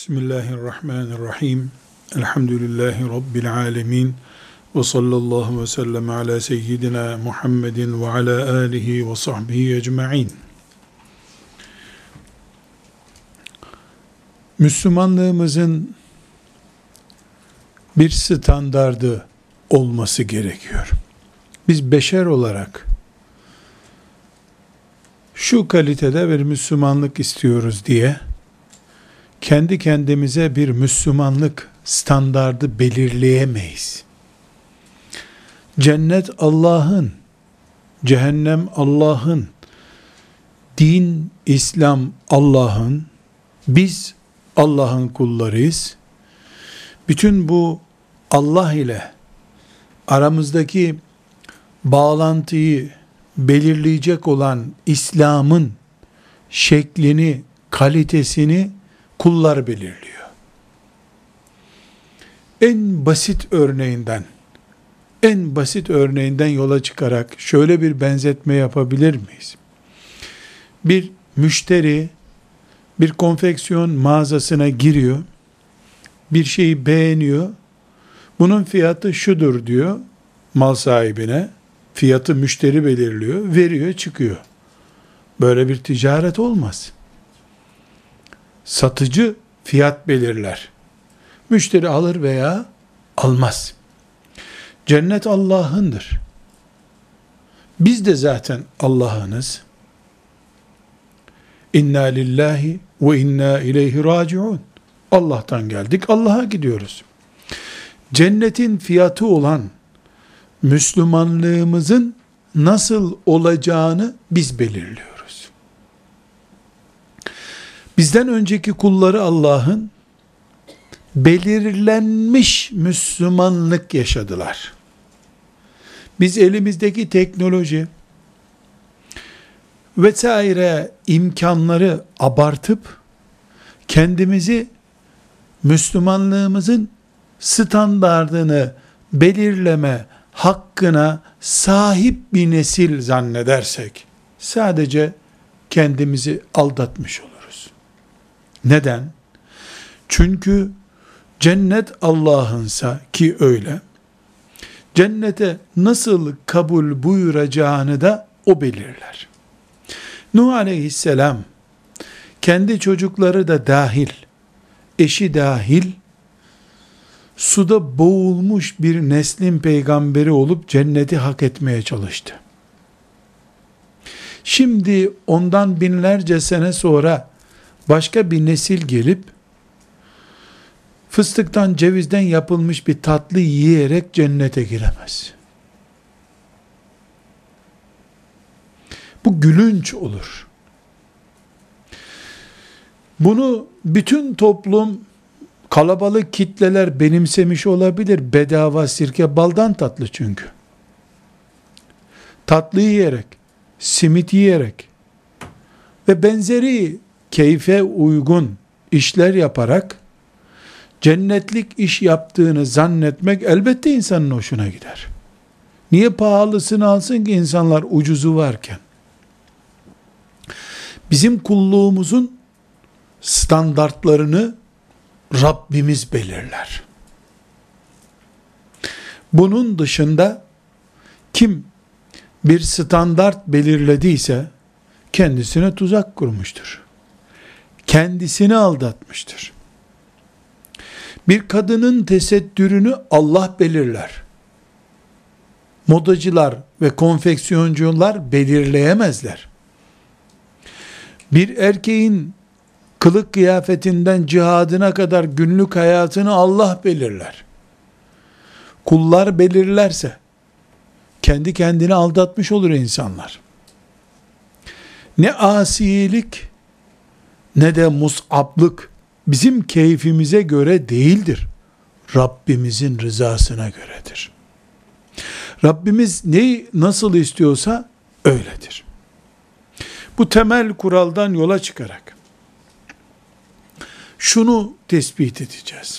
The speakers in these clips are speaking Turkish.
Bismillahirrahmanirrahim. Elhamdülillahi Rabbil alemin. Ve sallallahu ve sellem ala seyyidina Muhammedin ve ala alihi ve sahbihi ecma'in. Müslümanlığımızın bir standardı olması gerekiyor. Biz beşer olarak şu kalitede bir Müslümanlık istiyoruz diye kendi kendimize bir Müslümanlık standardı belirleyemeyiz. Cennet Allah'ın, cehennem Allah'ın, din, İslam Allah'ın, biz Allah'ın kullarıyız. Bütün bu Allah ile aramızdaki bağlantıyı belirleyecek olan İslam'ın şeklini, kalitesini kullar belirliyor. En basit örneğinden yola çıkarak şöyle bir benzetme yapabilir miyiz? Bir müşteri bir konfeksiyon mağazasına giriyor, bir şeyi beğeniyor, bunun fiyatı şudur diyor mal sahibine, fiyatı müşteri belirliyor, veriyor, çıkıyor. Böyle bir ticaret olmaz. Satıcı fiyat belirler. Müşteri alır veya almaz. Cennet Allah'ındır. Biz de zaten Allah'ınız. İnna lillahi ve inna ileyhi raciun. Allah'tan geldik, Allah'a gidiyoruz. Cennetin fiyatı olan Müslümanlığımızın nasıl olacağını biz belirliyoruz. Bizden önceki kulları Allah'ın belirlenmiş Müslümanlık yaşadılar. Biz elimizdeki teknoloji vesaire imkanları abartıp kendimizi Müslümanlığımızın standardını belirleme hakkına sahip bir nesil zannedersek sadece kendimizi aldatmış oluruz. Neden? Çünkü cennet Allah'ınsa ki öyle, cennete nasıl kabul buyuracağını da o belirler. Nuh aleyhisselam kendi çocukları da dahil, eşi dahil suda boğulmuş bir neslin peygamberi olup cenneti hak etmeye çalıştı. Şimdi ondan binlerce sene sonra başka bir nesil gelip fıstıktan, cevizden yapılmış bir tatlı yiyerek cennete giremez. Bu gülünç olur. Bunu bütün toplum, kalabalık kitleler benimsemiş olabilir. Bedava sirke baldan tatlı çünkü. Tatlı yiyerek, simit yiyerek ve benzeri keyfe uygun işler yaparak cennetlik iş yaptığını zannetmek elbette insanın hoşuna gider. Niye pahalısını alsın ki insanlar ucuzu varken? Bizim kulluğumuzun standartlarını Rabbimiz belirler. Bunun dışında kim bir standart belirlediyse kendisine tuzak kurmuştur. Kendisini aldatmıştır. Bir kadının tesettürünü Allah belirler. Modacılar ve konfeksiyoncular belirleyemezler. Bir erkeğin kılık kıyafetinden cihadına kadar günlük hayatını Allah belirler. Kullar belirlerse kendi kendini aldatmış olur insanlar. Ne asilik ne de mus'ablık bizim keyfimize göre değildir. Rabbimizin rızasına göredir. Rabbimiz neyi nasıl istiyorsa öyledir. Bu temel kuraldan yola çıkarak şunu tespit edeceğiz.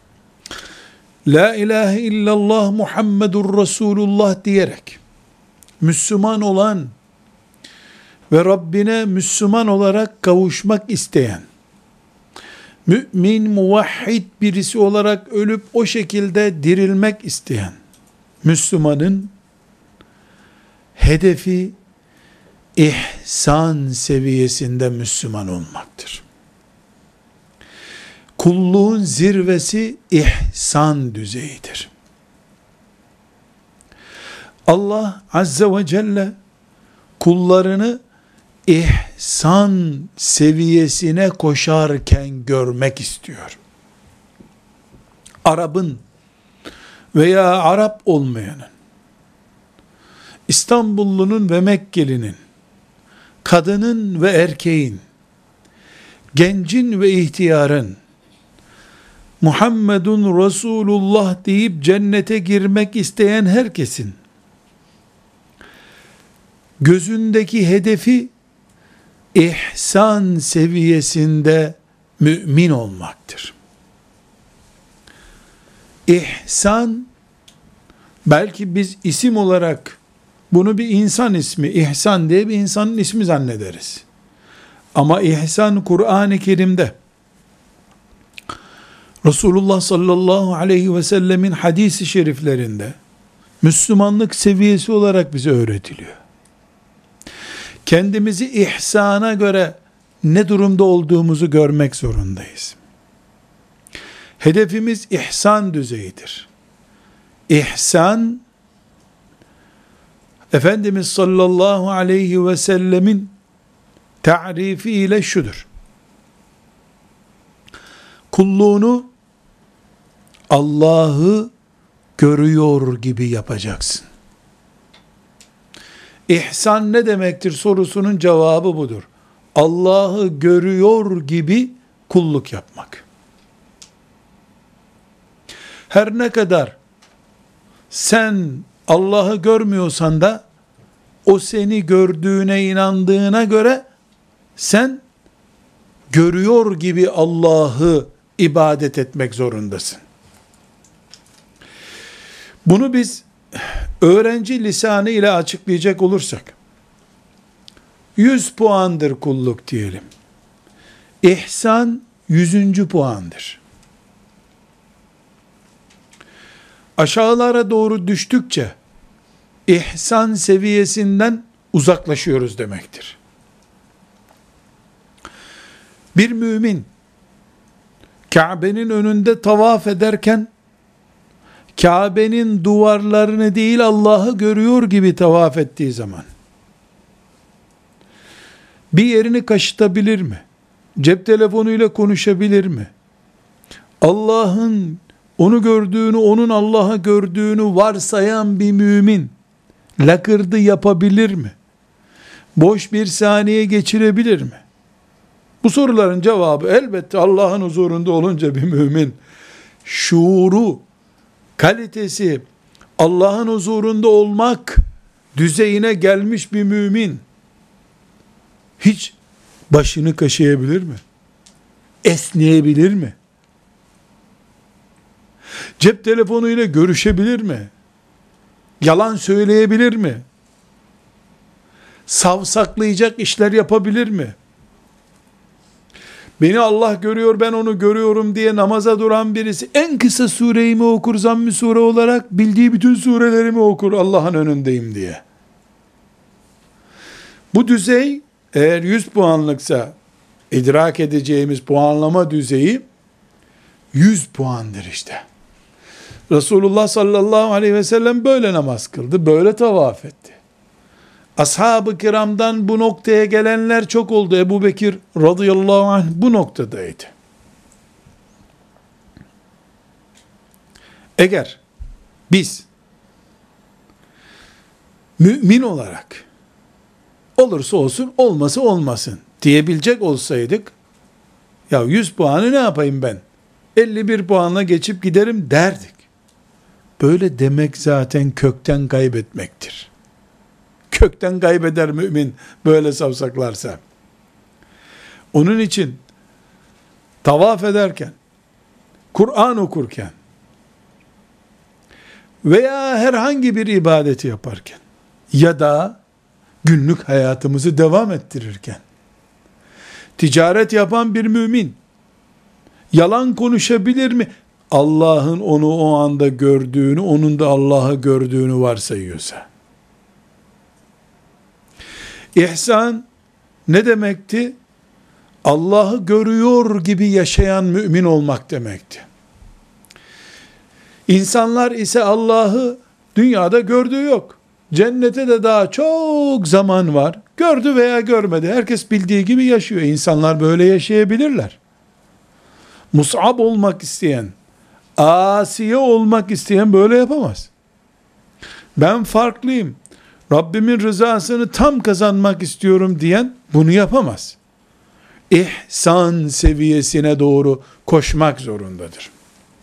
La ilahe illallah Muhammedur Resulullah diyerek Müslüman olan ve Rabbine Müslüman olarak kavuşmak isteyen, mümin, muvahhid birisi olarak ölüp o şekilde dirilmek isteyen Müslümanın hedefi ihsan seviyesinde Müslüman olmaktır. Kulluğun zirvesi ihsan düzeyidir. Allah Azze ve Celle kullarını ihsan seviyesine koşarken görmek istiyor. Arap'ın veya Arap olmayanın, İstanbullunun ve Mekkelinin, kadının ve erkeğin, gencin ve ihtiyarın, Muhammedun Resulullah deyip cennete girmek isteyen herkesin gözündeki hedefi ihsan seviyesinde mümin olmaktır. İhsan, belki biz isim olarak bunu bir insan ismi, İhsan diye bir insanın ismi zannederiz. Ama ihsan Kur'an-ı Kerim'de Resulullah sallallahu aleyhi ve sellemin hadis-i şeriflerinde Müslümanlık seviyesi olarak bize öğretiliyor. Kendimizi ihsana göre ne durumda olduğumuzu görmek zorundayız. Hedefimiz ihsan düzeyidir. İhsan, Efendimiz sallallahu aleyhi ve sellemin tarifi ile şudur: kulluğunu Allah'ı görüyor gibi yapacaksın. İhsan ne demektir sorusunun cevabı budur. Allah'ı görüyor gibi kulluk yapmak. Her ne kadar sen Allah'ı görmüyorsan da o seni gördüğüne inandığına göre sen görüyor gibi Allah'ı ibadet etmek zorundasın. Bunu biz öğrenci lisanı ile açıklayacak olursak 100 puandır kulluk diyelim. İhsan 100. puandır. Aşağılara doğru düştükçe ihsan seviyesinden uzaklaşıyoruz demektir. Bir mümin Kabe'nin önünde tavaf ederken Kabe'nin duvarlarını değil Allah'ı görüyor gibi tavaf ettiği zaman bir yerini kaşıtabilir mi? Cep telefonuyla konuşabilir mi? Allah'ın onu gördüğünü, onun Allah'ı gördüğünü varsayan bir mümin lakırdı yapabilir mi? Boş bir saniye geçirebilir mi? Bu soruların cevabı elbette Allah'ın huzurunda olunca bir mümin şuuru, kalitesi Allah'ın huzurunda olmak düzeyine gelmiş bir mümin hiç başını kaşıyabilir mi? Esneyebilir mi? Cep telefonuyla görüşebilir mi? Yalan söyleyebilir mi? Savsaklayacak işler yapabilir mi? Beni Allah görüyor, ben onu görüyorum diye namaza duran birisi en kısa sureyi mi okur zamm-ı sure olarak, bildiği bütün sureleri mi okur Allah'ın önündeyim diye? Bu düzey eğer 100 puanlıksa idrak edeceğimiz puanlama düzeyi 100 puandır işte. Resulullah sallallahu aleyhi ve sellem böyle namaz kıldı, böyle tavaf etti. Ashab-ı kiramdan bu noktaya gelenler çok oldu. Ebu Bekir radıyallahu anh bu noktadaydı. Eğer biz mümin olarak olursa olsun, olmasa olmasın diyebilecek olsaydık, ya 100 puanı ne yapayım ben? 51 puanla geçip giderim derdik. Böyle demek zaten kökten kaybetmektir. Kökten kaybeder mümin böyle savsaklarsa. Onun için tavaf ederken, Kur'an okurken veya herhangi bir ibadeti yaparken ya da günlük hayatımızı devam ettirirken ticaret yapan bir mümin Yalan konuşabilir mi? Allah'ın onu o anda gördüğünü, onun da Allah'ı gördüğünü varsayıyorsa. İhsan ne demekti? Allah'ı görüyor gibi yaşayan mümin olmak demekti. İnsanlar ise Allah'ı dünyada gördüğü yok. Cennete de daha çok zaman var. Gördü veya görmedi. Herkes bildiği gibi yaşıyor. İnsanlar böyle yaşayabilirler. Mus'ab olmak isteyen, Asiye olmak isteyen böyle yapamaz. Ben farklıyım, Rabbimin rızasını tam kazanmak istiyorum diyen bunu yapamaz. İhsan seviyesine doğru koşmak zorundadır.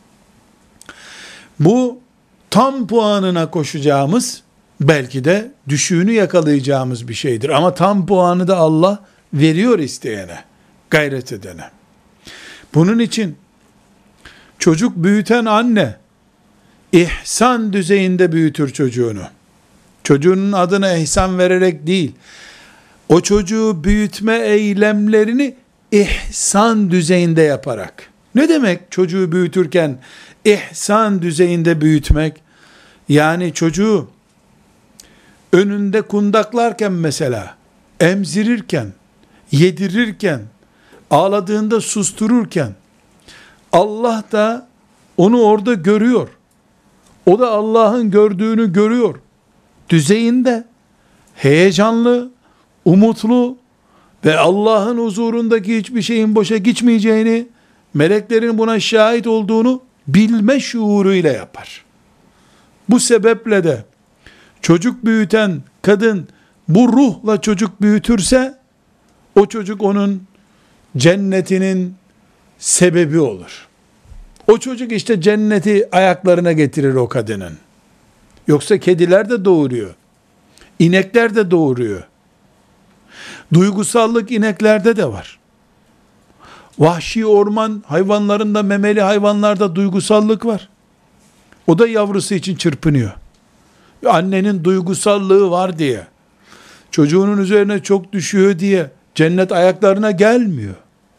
Bu tam puanına koşacağımız, belki de düşüğünü yakalayacağımız bir şeydir. Ama tam puanı da Allah veriyor isteyene, gayret edene. Bunun için çocuk büyüten anne, ihsan düzeyinde büyütür çocuğunu. Çocuğunun adına ihsan vererek değil, o çocuğu büyütme eylemlerini ihsan düzeyinde yaparak. Ne demek çocuğu büyütürken ihsan düzeyinde büyütmek? Yani çocuğu önünde kundaklarken mesela, emzirirken, yedirirken, ağladığında sustururken, Allah da onu orada görüyor. O da Allah'ın gördüğünü görüyor. Düzeyinde heyecanlı, umutlu ve Allah'ın huzurundaki hiçbir şeyin boşa gitmeyeceğini, meleklerin buna şahit olduğunu bilme şuuruyla yapar. Bu sebeple de çocuk büyüten kadın bu ruhla çocuk büyütürse, o çocuk onun cennetinin sebebi olur. O çocuk işte cenneti ayaklarına getirir o kadının. Yoksa kediler de doğuruyor. İnekler de doğuruyor. Duygusallık ineklerde de var. Vahşi orman hayvanlarında, memeli hayvanlarda duygusallık var. O da yavrusu için çırpınıyor. Annenin duygusallığı var diye, çocuğunun üzerine çok düşüyor diye cennet ayaklarına gelmiyor.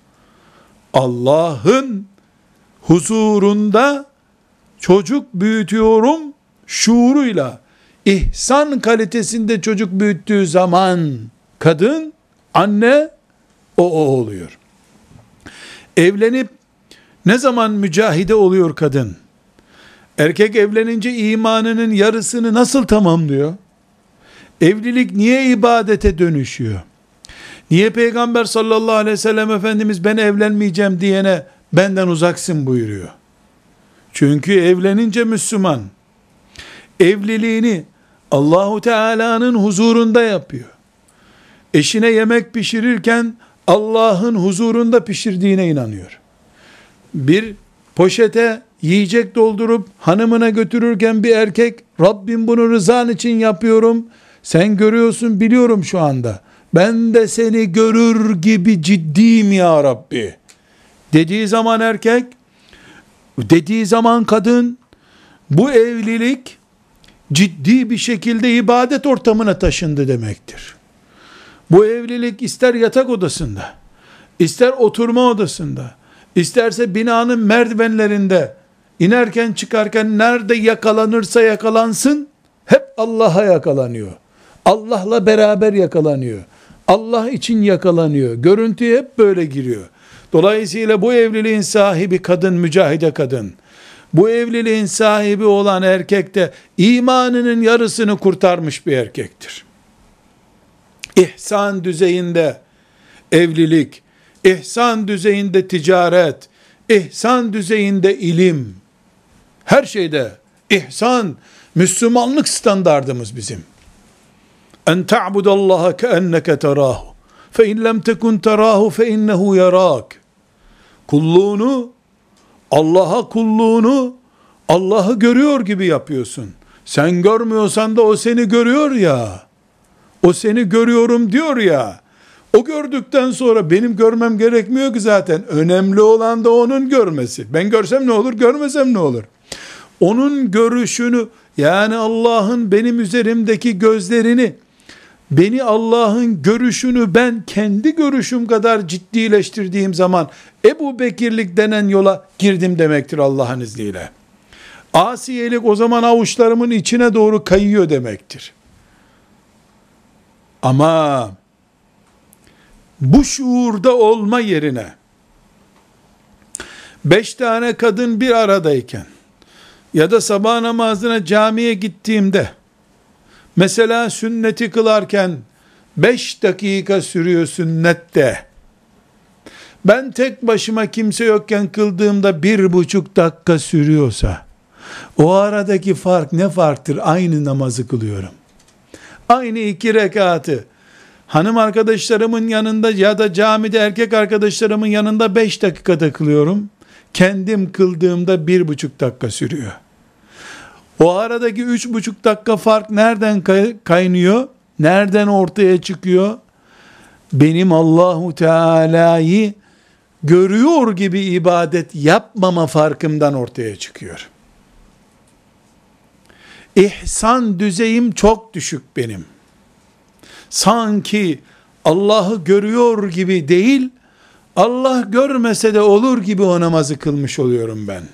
Allah'ın huzurunda çocuk büyütüyorum şuuruyla, ihsan kalitesinde çocuk büyüttüğü zaman kadın, anne o oluyor. Evlenip ne zaman mücahide oluyor kadın? Erkek evlenince imanının yarısını nasıl tamamlıyor? Evlilik niye ibadete dönüşüyor? Niye Peygamber sallallahu aleyhi ve sellem Efendimiz ben evlenmeyeceğim diyene benden uzaksın buyuruyor? Çünkü evlenince Müslüman evliliğini Allahu Teala'nın huzurunda yapıyor. Eşine yemek pişirirken Allah'ın huzurunda pişirdiğine inanıyor. Bir poşete yiyecek doldurup hanımına götürürken bir erkek, Rabbim bunu rızan için yapıyorum, sen görüyorsun biliyorum şu anda, ben de seni görür gibi ciddiyim ya Rabbi dediği zaman erkek, dediği zaman kadın, bu evlilik ciddi bir şekilde ibadet ortamına taşındı demektir. Bu evlilik ister yatak odasında, ister oturma odasında, isterse binanın merdivenlerinde, inerken çıkarken nerede yakalanırsa yakalansın, hep Allah'a yakalanıyor. Allah'la beraber yakalanıyor. Allah için yakalanıyor. Görüntüye hep böyle giriyor. Dolayısıyla bu evliliğin sahibi kadın, mücahide kadın. Bu evliliğin sahibi olan erkek de imanının yarısını kurtarmış bir erkektir. İhsan düzeyinde evlilik, ihsan düzeyinde ticaret, ihsan düzeyinde ilim, her şeyde ihsan, Müslümanlık standardımız bizim. En ta'budallaha keenneke terahu fe in lem tekun terahu fe innehu yarak. Kulluğunu, Allah'a kulluğunu Allah'ı görüyor gibi yapıyorsun. Sen görmüyorsan da o seni görüyor ya. O seni görüyorum diyor ya. O gördükten sonra benim görmem gerekmiyor ki zaten. Önemli olan da onun görmesi. Ben görsem ne olur, görmesem ne olur? Onun görüşünü, yani Allah'ın benim üzerimdeki gözlerini beni Allah'ın görüşünü ben kendi görüşüm kadar ciddileştirdiğim zaman Ebu Bekirlik denen yola girdim demektir Allah'ın izniyle. Asiyelik o zaman avuçlarımın içine doğru kayıyor demektir. Ama bu şuurda olma yerine 5 tane kadın bir aradayken ya da sabah namazına camiye gittiğimde mesela sünneti kılarken 5 dakika sürüyor sünnette. Ben tek başıma kimse yokken kıldığımda 1,5 dakika sürüyorsa o aradaki fark ne farktır? Aynı namazı kılıyorum. Aynı 2 rekatı hanım arkadaşlarımın yanında ya da camide erkek arkadaşlarımın yanında 5 dakikada kılıyorum. Kendim kıldığımda 1,5 dakika sürüyor. O aradaki 3,5 dakika fark nereden kaynıyor? Nereden ortaya çıkıyor? Benim Allahu Teala'yı görüyor gibi ibadet yapmama farkımdan ortaya çıkıyor. İhsan düzeyim çok düşük benim. Sanki Allah'ı görüyor gibi değil, Allah görmese de olur gibi o namazı kılmış oluyorum ben.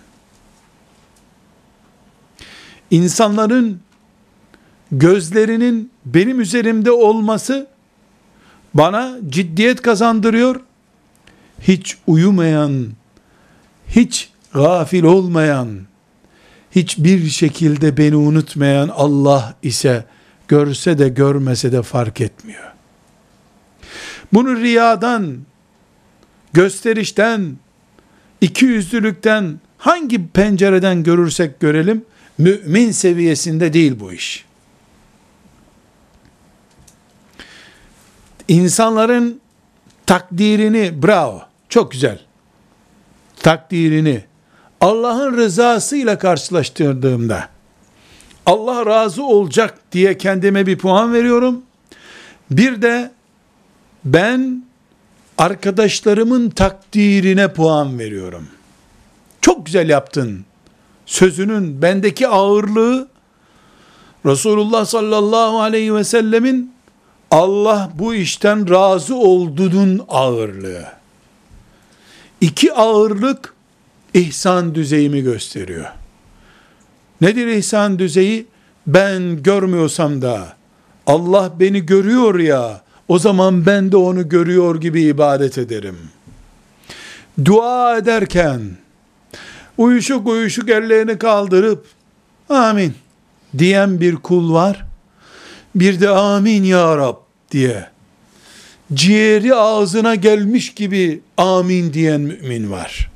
İnsanların gözlerinin benim üzerimde olması bana ciddiyet kazandırıyor. Hiç uyumayan, hiç gafil olmayan, hiçbir şekilde beni unutmayan Allah ise görse de görmese de fark etmiyor. Bunu riyadan, gösterişten, ikiyüzlülükten, hangi pencereden görürsek görelim, mümin seviyesinde değil bu iş. İnsanların takdirini, bravo, çok güzel, takdirini Allah'ın rızasıyla karşılaştırdığımda, Allah razı olacak diye kendime bir puan veriyorum. Bir de ben arkadaşlarımın takdirine puan veriyorum. Çok güzel yaptın sözünün bendeki ağırlığı, Resulullah sallallahu aleyhi ve sellemin Allah bu işten razı olduğunun ağırlığı. 2 ağırlık ihsan düzeyimi gösteriyor. Nedir ihsan düzeyi? Ben görmüyorsam da Allah beni görüyor ya, o zaman ben de onu görüyor gibi ibadet ederim. Dua ederken uyuşuk uyuşuk ellerini kaldırıp amin diyen bir kul var. Bir de amin ya Rab diye ciğeri ağzına gelmiş gibi amin diyen mümin var.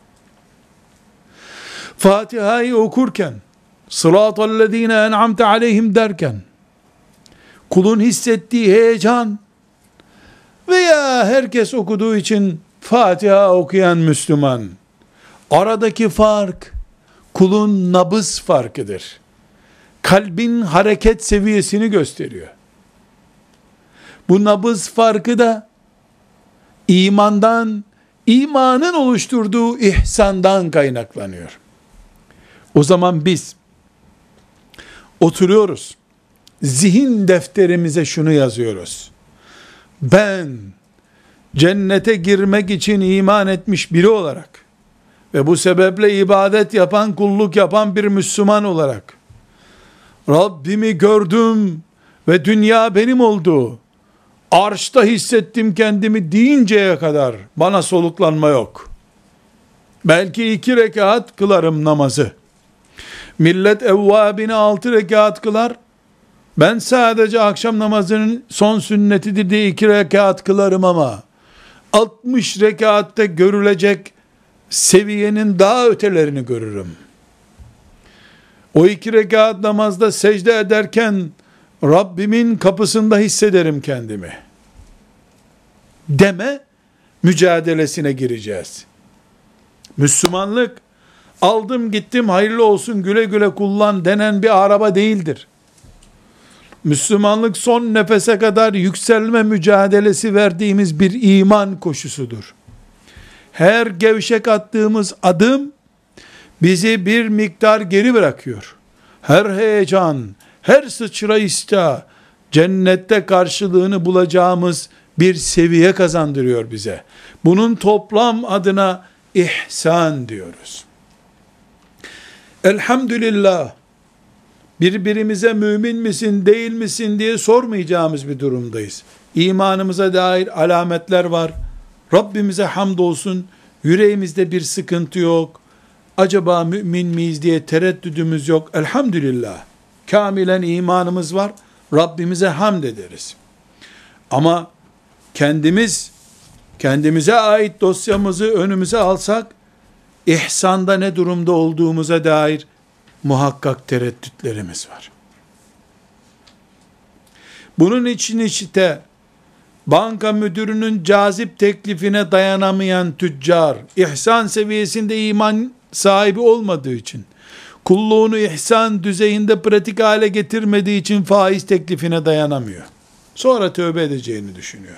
Fatiha'yı okurken sıratallezine en'amte aleyhim derken kulun hissettiği heyecan veya herkes okuduğu için Fatiha okuyan Müslüman, aradaki fark kulun nabız farkıdır. Kalbin hareket seviyesini gösteriyor. Bu nabız farkı da imandan, imanın oluşturduğu ihsandan kaynaklanıyor. O zaman biz oturuyoruz, zihin defterimize şunu yazıyoruz: ben cennete girmek için iman etmiş biri olarak ve bu sebeple ibadet yapan, kulluk yapan bir Müslüman olarak Rabbimi gördüm ve dünya benim oldu, arşta hissettim kendimi deyinceye kadar bana soluklanma yok. Belki 2 rekat kılarım namazı. Millet evvabine 6 rekat kılar. Ben sadece akşam namazının son sünnetidir diye 2 rekat kılarım ama 60 rekatta görülecek seviyenin daha ötelerini görürüm. O 2 rekat namazda secde ederken Rabbimin kapısında hissederim kendimi deme mücadelesine gireceğiz. Müslümanlık aldım gittim hayırlı olsun güle güle kullan denen bir araba değildir. Müslümanlık son nefese kadar yükselme mücadelesi verdiğimiz bir iman koşusudur. Her gevşek attığımız adım bizi bir miktar geri bırakıyor. Her heyecan, her sıçrayışta cennette karşılığını bulacağımız bir seviye kazandırıyor bize. Bunun toplam adına ihsan diyoruz. Elhamdülillah, birbirimize mümin misin değil misin diye sormayacağımız bir durumdayız. İmanımıza dair alametler var. Rabbimize hamdolsun, yüreğimizde bir sıkıntı yok. Acaba mümin miyiz diye tereddüdümüz yok. Elhamdülillah, kamilen imanımız var. Rabbimize hamd ederiz. Ama kendimize ait dosyamızı önümüze alsak, ihsanda ne durumda olduğumuza dair muhakkak tereddütlerimiz var. Bunun için işte banka müdürünün cazip teklifine dayanamayan tüccar, ihsan seviyesinde iman sahibi olmadığı için, kulluğunu ihsan düzeyinde pratik hale getirmediği için faiz teklifine dayanamıyor. Sonra tövbe edeceğini düşünüyor.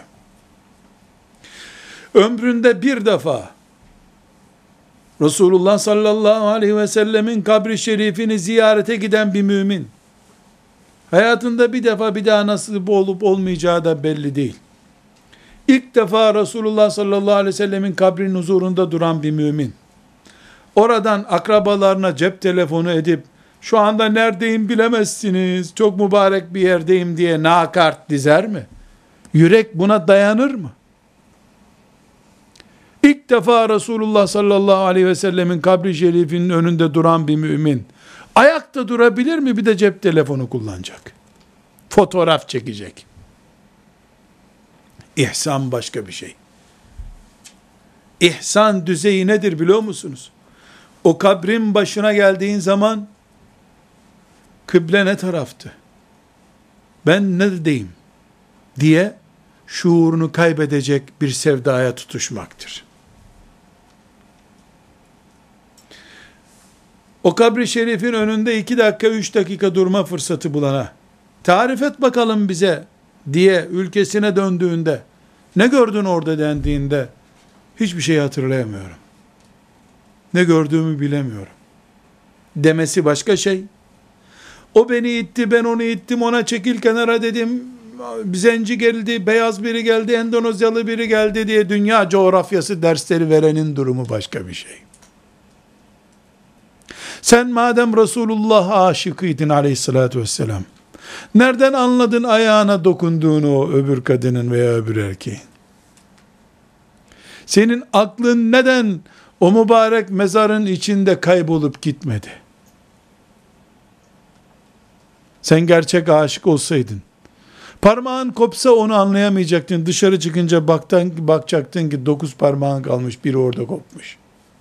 Ömründe bir defa Resulullah sallallahu aleyhi ve sellemin kabri şerifini ziyarete giden bir mümin, hayatında bir defa bir daha nasip olup olmayacağı da belli değil. İlk defa Resulullah sallallahu aleyhi ve sellemin kabrinin huzurunda duran bir mümin, oradan akrabalarına cep telefonu edip, şu anda neredeyim bilemezsiniz, çok mübarek bir yerdeyim diye nakart dizer mi? Yürek buna dayanır mı? İlk defa Resulullah sallallahu aleyhi ve sellemin kabri şerifinin önünde duran bir mümin, ayakta durabilir mi? Bir de cep telefonu kullanacak. Fotoğraf çekecek. İhsan başka bir şey. İhsan düzeyi nedir biliyor musunuz? O kabrin başına geldiğin zaman, kıble ne taraftı? Ben neredeyim? Diye şuurunu kaybedecek bir sevdaya tutuşmaktır. O kabri şerifin önünde 2 dakika 3 dakika durma fırsatı bulana, tarif et bakalım bize diye ülkesine döndüğünde, ne gördün orada dendiğinde, hiçbir şey hatırlayamıyorum, ne gördüğümü bilemiyorum demesi başka şey. O beni itti, ben onu ittim, ona çekil kenara dedim, zenci geldi, beyaz biri geldi, Endonezyalı biri geldi diye dünya coğrafyası dersleri verenin durumu başka bir şey. Sen madem Resulullah aşıkıydın aleyhissalatü vesselam, nereden anladın ayağına dokunduğunu o öbür kadının veya öbür erkeğin? Senin aklın neden o mübarek mezarın içinde kaybolup gitmedi? Sen gerçek aşık olsaydın, parmağın kopsa onu anlayamayacaktın. Dışarı çıkınca bakacaktın ki 9 parmağın kalmış, biri orada kopmuş.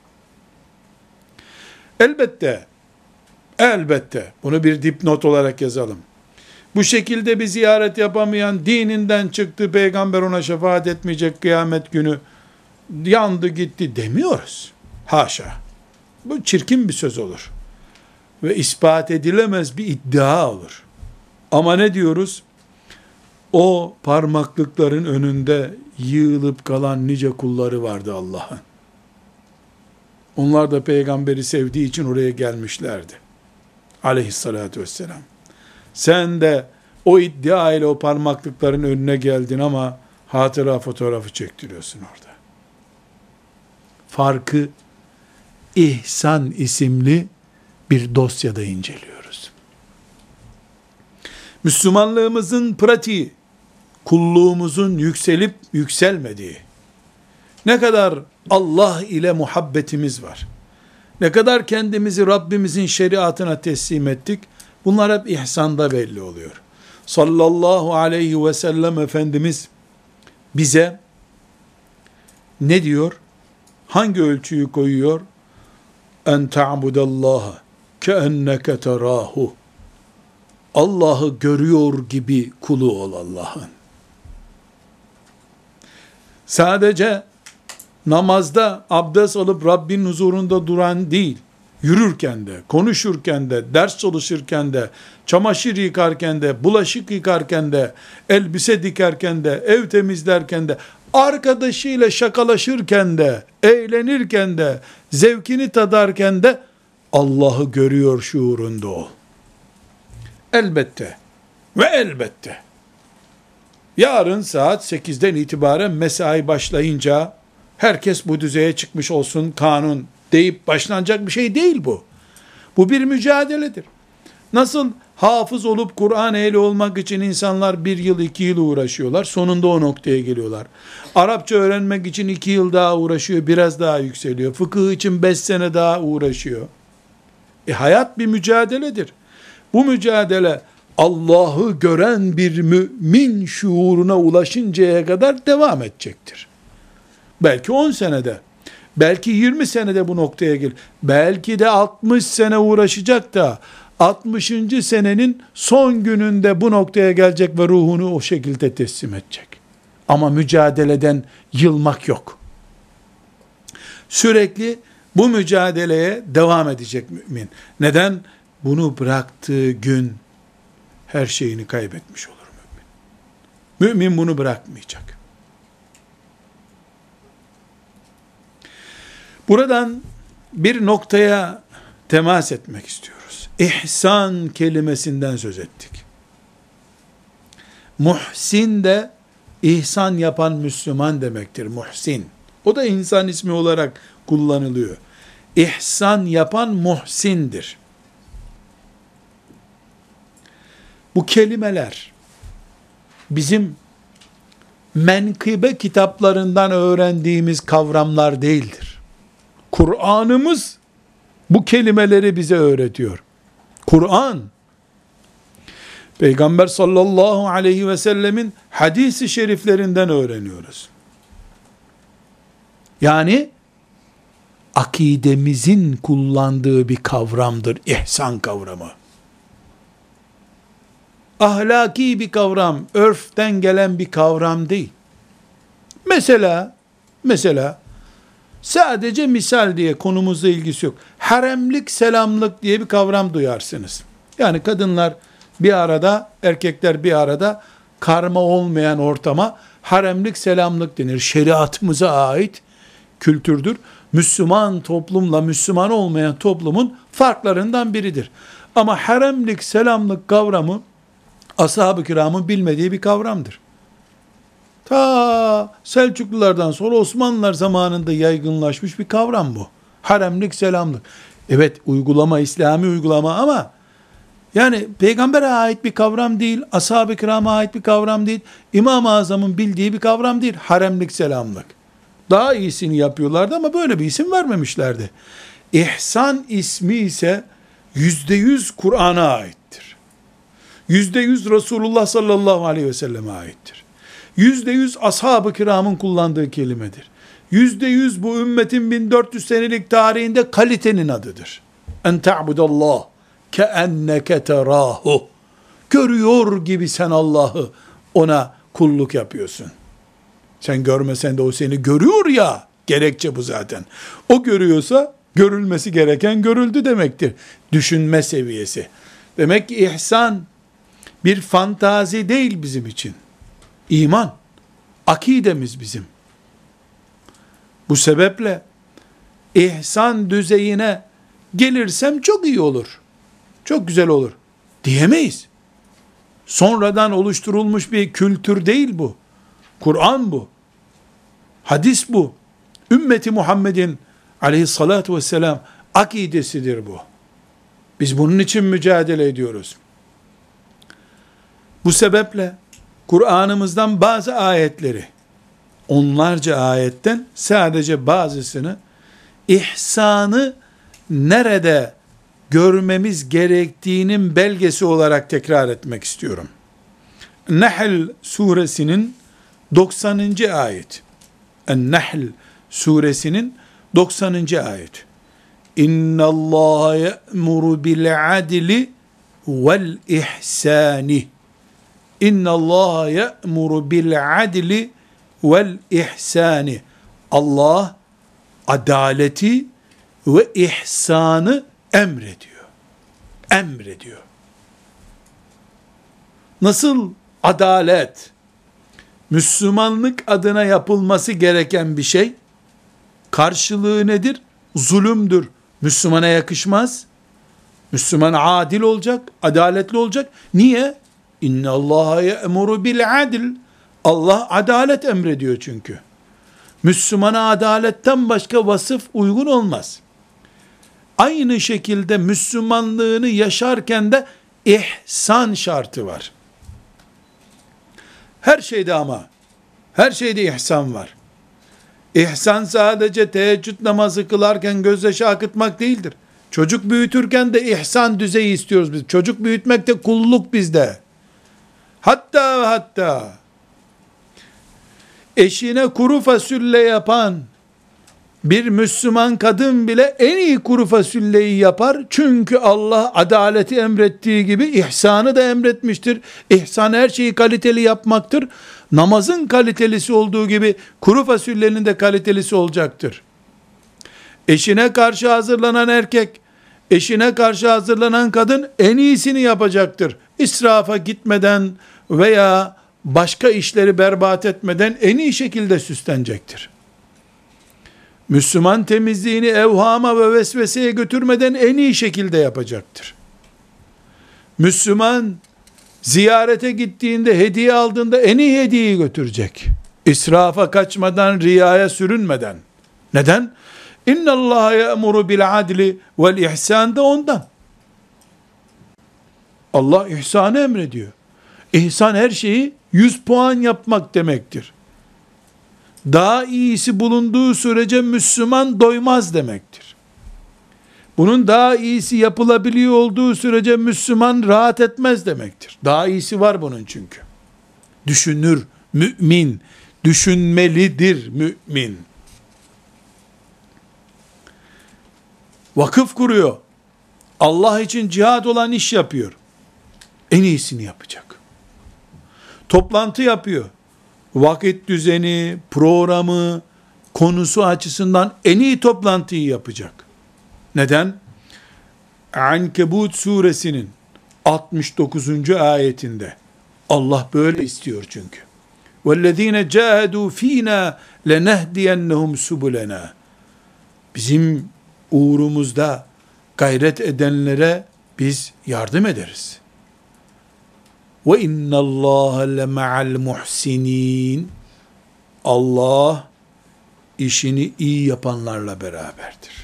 Elbette, bunu bir dipnot olarak yazalım. Bu şekilde bir ziyaret yapamayan, dininden çıktı, peygamber ona şefaat etmeyecek, kıyamet günü yandı gitti demiyoruz. Haşa. Bu çirkin bir söz olur. Ve ispat edilemez bir iddia olur. Ama ne diyoruz? O parmaklıkların önünde yığılıp kalan nice kulları vardı Allah'ın. Onlar da peygamberi sevdiği için oraya gelmişlerdi. Aleyhissalatü vesselam. Sen de o iddia ile o parmaklıkların önüne geldin ama hatıra fotoğrafı çektiriyorsun orada. Farkı İhsan isimli bir dosyada inceliyoruz. Müslümanlığımızın pratiği, kulluğumuzun yükselip yükselmediği, ne kadar Allah ile muhabbetimiz var, ne kadar kendimizi Rabbimizin şeriatına teslim ettik, bunlar hep ihsanda belli oluyor. Sallallahu aleyhi ve sellem Efendimiz bize ne diyor? Hangi ölçüyü koyuyor? En ta'budallaha keenneke terahu. Allah'ı görüyor gibi kulu ol Allah'ın. Sadece namazda abdest alıp Rabbin huzurunda duran değil, yürürken de, konuşurken de, ders çalışırken de, çamaşır yıkarken de, bulaşık yıkarken de, elbise dikerken de, ev temizlerken de, arkadaşıyla şakalaşırken de, eğlenirken de, zevkini tadarken de Allah'ı görüyor şuurunda ol. Elbette ve elbette Yarın saat 8'den itibaren mesai başlayınca herkes bu düzeye çıkmış olsun kanun deyip başlanacak bir şey değil bu. Bu bir mücadeledir. Nasıl hafız olup Kur'an ehli olmak için insanlar 1 yıl 2 yıl uğraşıyorlar, sonunda o noktaya geliyorlar. Arapça öğrenmek için 2 yıl daha uğraşıyor, biraz daha yükseliyor. Fıkıh için 5 sene daha uğraşıyor. Hayat bir mücadeledir. Bu mücadele Allah'ı gören bir mümin şuuruna ulaşıncaya kadar devam edecektir. Belki 10 senede, belki 20 senede bu noktaya gelir. Belki de 60 sene uğraşacak da 60. senenin son gününde bu noktaya gelecek ve ruhunu o şekilde teslim edecek. Ama mücadeleden yılmak yok. Sürekli bu mücadeleye devam edecek mümin. Neden? Bunu bıraktığı gün her şeyini kaybetmiş olur mümin. Mümin bunu bırakmayacak. Buradan bir noktaya temas etmek istiyoruz. İhsan kelimesinden söz ettik. Muhsin de ihsan yapan Müslüman demektir. Muhsin. O da insan ismi olarak kullanılıyor. İhsan yapan muhsindir. Bu kelimeler bizim menkıbe kitaplarından öğrendiğimiz kavramlar değildir. Kur'an'ımız bu kelimeleri bize öğretiyor. Kur'an, Peygamber sallallahu aleyhi ve sellemin hadis-i şeriflerinden öğreniyoruz. Yani akidemizin kullandığı bir kavramdır ihsan kavramı. Ahlaki bir kavram, örften gelen bir kavram değil. Mesela sadece misal diye konumuzla ilgisi yok. Haremlik, selamlık diye bir kavram duyarsınız. Yani kadınlar bir arada, erkekler bir arada karma olmayan ortama haremlik, selamlık denir. Şeriatımıza ait kültürdür. Müslüman toplumla Müslüman olmayan toplumun farklarından biridir. Ama haremlik, selamlık kavramı ashab-ı kiramın bilmediği bir kavramdır. Ta Selçuklulardan sonra Osmanlılar zamanında yaygınlaşmış bir kavram bu. Haremlik, selamlık. Evet, uygulama, İslami uygulama ama yani peygambere ait bir kavram değil, ashab-ı kirama ait bir kavram değil, İmam-ı Azam'ın bildiği bir kavram değil, haremlik, selamlık. Daha iyisini yapıyorlardı ama böyle bir isim vermemişlerdi. İhsan ismi ise %100 Kur'an'a aittir. %100 Resulullah sallallahu aleyhi ve selleme aittir. %100 ashab-ı kiramın kullandığı kelimedir. %100 bu ümmetin 1400 senelik tarihinde kalitenin adıdır. En ta'budallah keenneke terahu. Görüyor gibi sen Allah'ı, ona kulluk yapıyorsun. Sen görmesen de o seni görüyor ya, gerekçe bu zaten. O görüyorsa görülmesi gereken görüldü demektir. Düşünme seviyesi. Demek ki ihsan bir fantazi değil bizim için. İman, akidemiz bizim. Bu sebeple ihsan düzeyine gelirsem çok iyi olur, çok güzel olur diyemeyiz. Sonradan oluşturulmuş bir kültür değil bu. Kur'an bu. Hadis bu. Ümmeti Muhammed'in aleyhissalatu vesselam akidesidir bu. Biz bunun için mücadele ediyoruz. Bu sebeple Kur'an'ımızdan bazı ayetleri, onlarca ayetten sadece bazısını, ihsanı nerede görmemiz gerektiğinin belgesi olarak tekrar etmek istiyorum. Nahl suresinin 90. ayet. En-Nahl suresinin 90. ayet. İnna Allah ya'muru bil adli vel ihsani. İnna Allah ya'muru bil adli vel ihsani. Allah adaleti ve ihsanı emrediyor. Emrediyor. Nasıl adalet Müslümanlık adına yapılması gereken bir şey, karşılığı nedir? Zulümdür. Müslümana yakışmaz. Müslüman adil olacak, adaletli olacak. Niye? İnna Allah ya'muru bil adl. Allah adalet emrediyor çünkü. Müslümana adaletten başka vasıf uygun olmaz. Aynı şekilde Müslümanlığını yaşarken de ihsan şartı var. Her şeyde ama, her şeyde ihsan var. İhsan sadece teheccüd namazı kılarken gözyaşı akıtmak değildir. Çocuk büyütürken de ihsan düzeyi istiyoruz biz. Çocuk büyütmek de kulluk bizde. Hatta eşine kuru fasulye yapan bir Müslüman kadın bile en iyi kuru fasulyeyi yapar. Çünkü Allah adaleti emrettiği gibi ihsanı da emretmiştir. İhsan her şeyi kaliteli yapmaktır. Namazın kalitelisi olduğu gibi kuru fasulyenin de kalitelisi olacaktır. Eşine karşı hazırlanan erkek, eşine karşı hazırlanan kadın en iyisini yapacaktır. İsrafa gitmeden veya başka işleri berbat etmeden en iyi şekilde süslenecektir. Müslüman temizliğini evhama ve vesveseye götürmeden en iyi şekilde yapacaktır. Müslüman ziyarete gittiğinde, hediye aldığında en iyi hediyeyi götürecek. İsrafa kaçmadan, riyaya sürünmeden. Neden? İnna Allah ya'muru bil adli vel ihsan da ondan. Allah ihsanı emrediyor. İhsan her şeyi 100 puan yapmak demektir. Daha iyisi bulunduğu sürece Müslüman doymaz demektir. Bunun daha iyisi yapılabiliyor olduğu sürece Müslüman rahat etmez demektir. Daha iyisi var bunun çünkü. Düşünür mümin, düşünmelidir mümin. Vakıf kuruyor. Allah için cihad olan iş yapıyor. En iyisini yapacak. Toplantı yapıyor. Vakit düzeni, programı, konusu açısından en iyi toplantıyı yapacak. Neden? Ankebut suresinin 69. ayetinde Allah böyle istiyor çünkü. وَالَّذ۪ينَ جَاهَدُوا ف۪ينَا لَنَهْدِيَنَّهُمْ سُبُلَنَا Bizim uğrumuzda gayret edenlere biz yardım ederiz. وَاِنَّ اللّٰهَ لَمَعَ الْمُحْسِنِينَ Allah işini iyi yapanlarla beraberdir.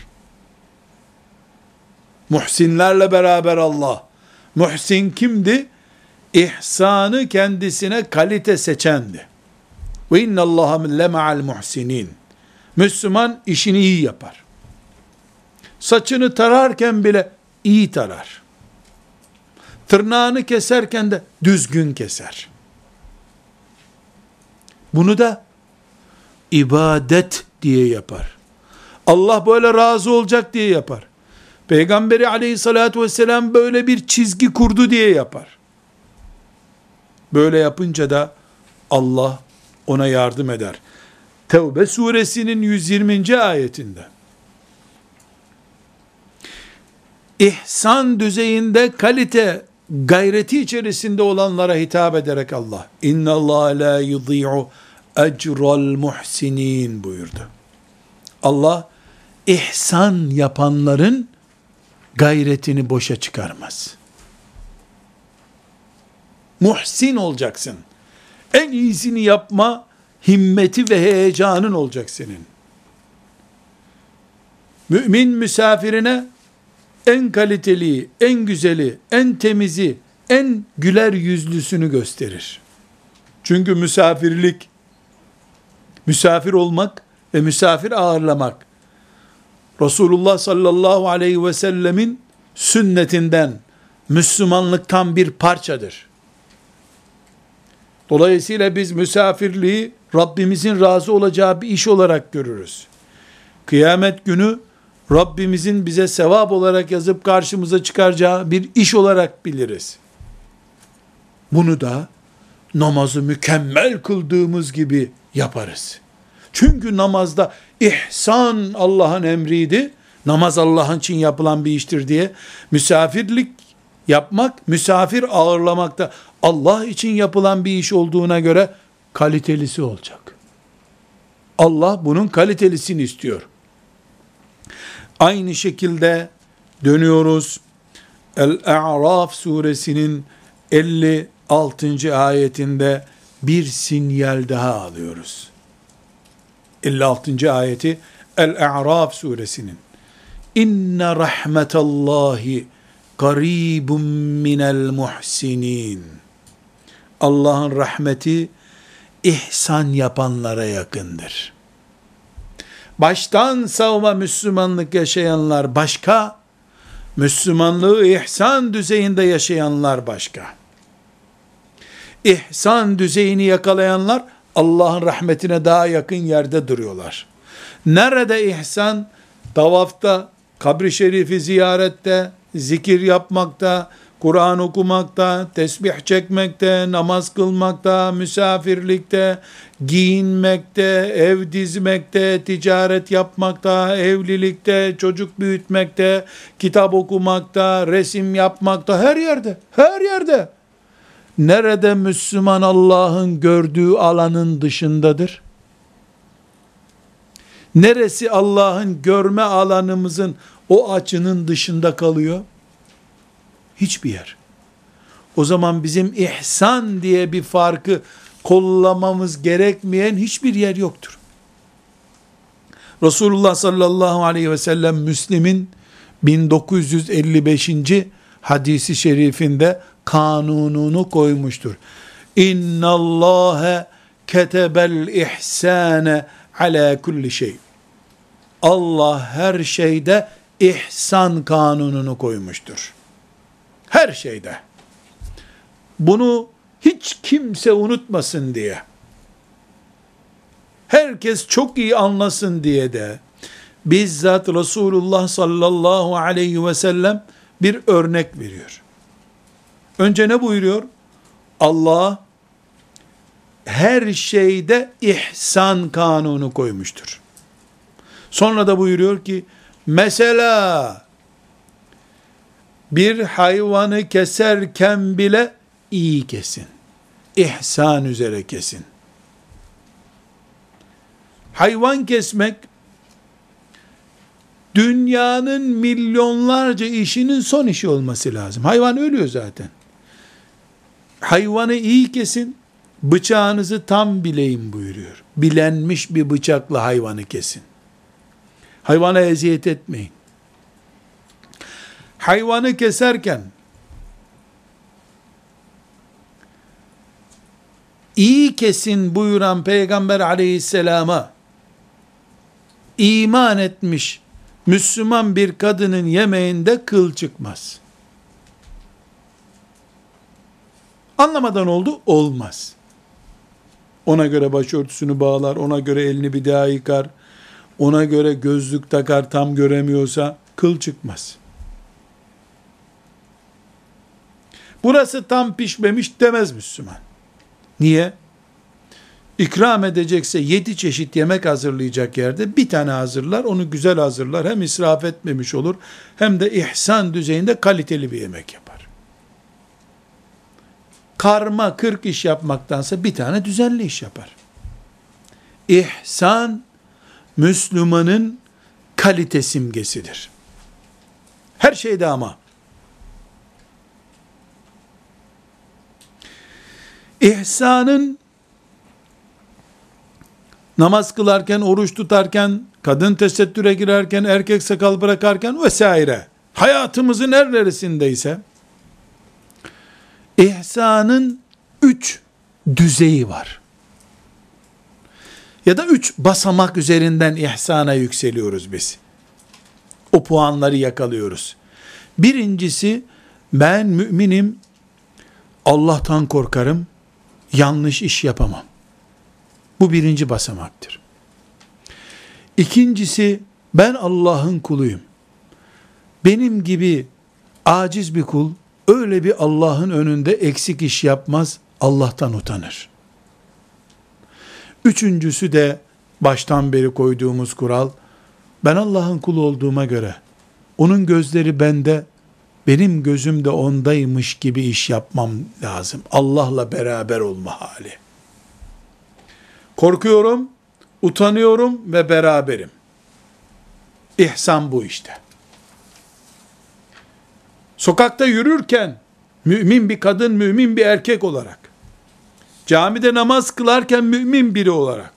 Muhsinlerle beraber Allah. Muhsin kimdi? İhsanı kendisine kalite seçendi. وَاِنَّ اللّٰهَ لَمَعَ الْمُحْسِنِينَ Müslüman işini iyi yapar. Saçını tararken bile iyi tarar. Tırnağını keserken de düzgün keser. Bunu da ibadet diye yapar. Allah böyle razı olacak diye yapar. Peygamberi aleyhissalatü vesselam böyle bir çizgi kurdu diye yapar. Böyle yapınca da Allah ona yardım eder. Tevbe suresinin 120. ayetinde İhsan düzeyinde kalite gayreti içerisinde olanlara hitap ederek Allah İnna Allah la yudî'u ecral muhsinin buyurdu. Allah ihsan yapanların gayretini boşa çıkarmaz. Muhsin olacaksın. En iyisini yapma himmeti ve heyecanın olacak senin. Mümin misafirine en kaliteli, en güzeli, en temizi, en güler yüzlüsünü gösterir. Çünkü misafirlik, misafir olmak ve misafir ağırlamak, Resulullah sallallahu aleyhi ve sellemin sünnetinden, Müslümanlıktan bir parçadır. Dolayısıyla biz misafirliği Rabbimizin razı olacağı bir iş olarak görürüz. Kıyamet günü Rabbimizin bize sevap olarak yazıp karşımıza çıkaracağı bir iş olarak biliriz. Bunu da namazı mükemmel kıldığımız gibi yaparız. Çünkü namazda ihsan Allah'ın emriydi. Namaz Allah'ın için yapılan bir iştir diye. Misafirlik yapmak, misafir ağırlamak da Allah için yapılan bir iş olduğuna göre kalitelisi olacak. Allah bunun kalitelisini istiyor. Aynı şekilde dönüyoruz. El-A'raf suresinin 56. ayetinde bir sinyal daha alıyoruz. 56. ayeti El-A'raf suresinin. İnne rahmetallahi qaribun minel muhsinin. Allah'ın rahmeti ihsan yapanlara yakındır. Baştan savma Müslümanlık yaşayanlar başka, Müslümanlığı ihsan düzeyinde yaşayanlar başka. İhsan düzeyini yakalayanlar Allah'ın rahmetine daha yakın yerde duruyorlar. Nerede ihsan? Tavafta, kabri şerifi ziyarette, zikir yapmakta, Kur'an okumakta, tesbih çekmekte, namaz kılmakta, misafirlikte, giyinmekte, ev dizmekte, ticaret yapmakta, evlilikte, çocuk büyütmekte, kitap okumakta, resim yapmakta, her yerde, her yerde. Nerede Müslüman Allah'ın gördüğü alanın dışındadır? Neresi Allah'ın görme alanımızın o açının dışında kalıyor? Hiçbir yer. O zaman bizim ihsan diye bir farkı kollamamız gerekmeyen hiçbir yer yoktur. Resulullah sallallahu aleyhi ve sellem Müslim'in 1955. hadisi şerifinde kanununu koymuştur. İnna Allahe ketebel ihsane ala kulli şey. Allah her şeyde ihsan kanununu koymuştur. Her şeyde. Bunu hiç kimse unutmasın diye, herkes çok iyi anlasın diye de, bizzat Resulullah sallallahu aleyhi ve sellem bir örnek veriyor. Önce ne buyuruyor? Allah her şeyde ihsan kanunu koymuştur. Sonra da buyuruyor ki, mesela bir hayvanı keserken bile iyi kesin. İhsan üzere kesin. Hayvan kesmek, dünyanın milyonlarca işinin son işi olması lazım. Hayvan ölüyor zaten. Hayvanı iyi kesin, bıçağınızı tam bileyin buyuruyor. Bilenmiş bir bıçakla hayvanı kesin. Hayvana eziyet etmeyin. Hayvanı keserken iyi kesin buyuran Peygamber aleyhisselama iman etmiş Müslüman bir kadının yemeğinde kıl çıkmaz. Anlamadan oldu, olmaz. Ona göre başörtüsünü bağlar, ona göre elini bir daha yıkar, ona göre gözlük takar, tam göremiyorsa kıl çıkmaz. Burası tam pişmemiş demez Müslüman. Niye? İkram edecekse 7 çeşit yemek hazırlayacak yerde bir tane hazırlar, onu güzel hazırlar, hem israf etmemiş olur, hem de ihsan düzeyinde kaliteli bir yemek yapar. Karma 40 iş yapmaktansa bir tane düzenli iş yapar. İhsan, Müslümanın kalite simgesidir. Her şeyde ama. İhsanın namaz kılarken, oruç tutarken, kadın tesettüre girerken, erkek sakal bırakarken vesaire, hayatımızın her neresindeyse, ihsanın 3 düzeyi var. Ya da 3 basamak üzerinden ihsana yükseliyoruz biz. O puanları yakalıyoruz. Birincisi, ben müminim, Allah'tan korkarım, yanlış iş yapamam. Bu birinci basamaktır. İkincisi, ben Allah'ın kuluyum. Benim gibi aciz bir kul, öyle bir Allah'ın önünde eksik iş yapmaz, Allah'tan utanır. Üçüncüsü de, baştan beri koyduğumuz kural, ben Allah'ın kulu olduğuma göre, onun gözleri bende, benim gözüm de ondaymış gibi iş yapmam lazım. Allah'la beraber olma hali. Korkuyorum, utanıyorum ve beraberim. İhsan bu işte. Sokakta yürürken, mümin bir kadın, mümin bir erkek olarak, camide namaz kılarken mümin biri olarak,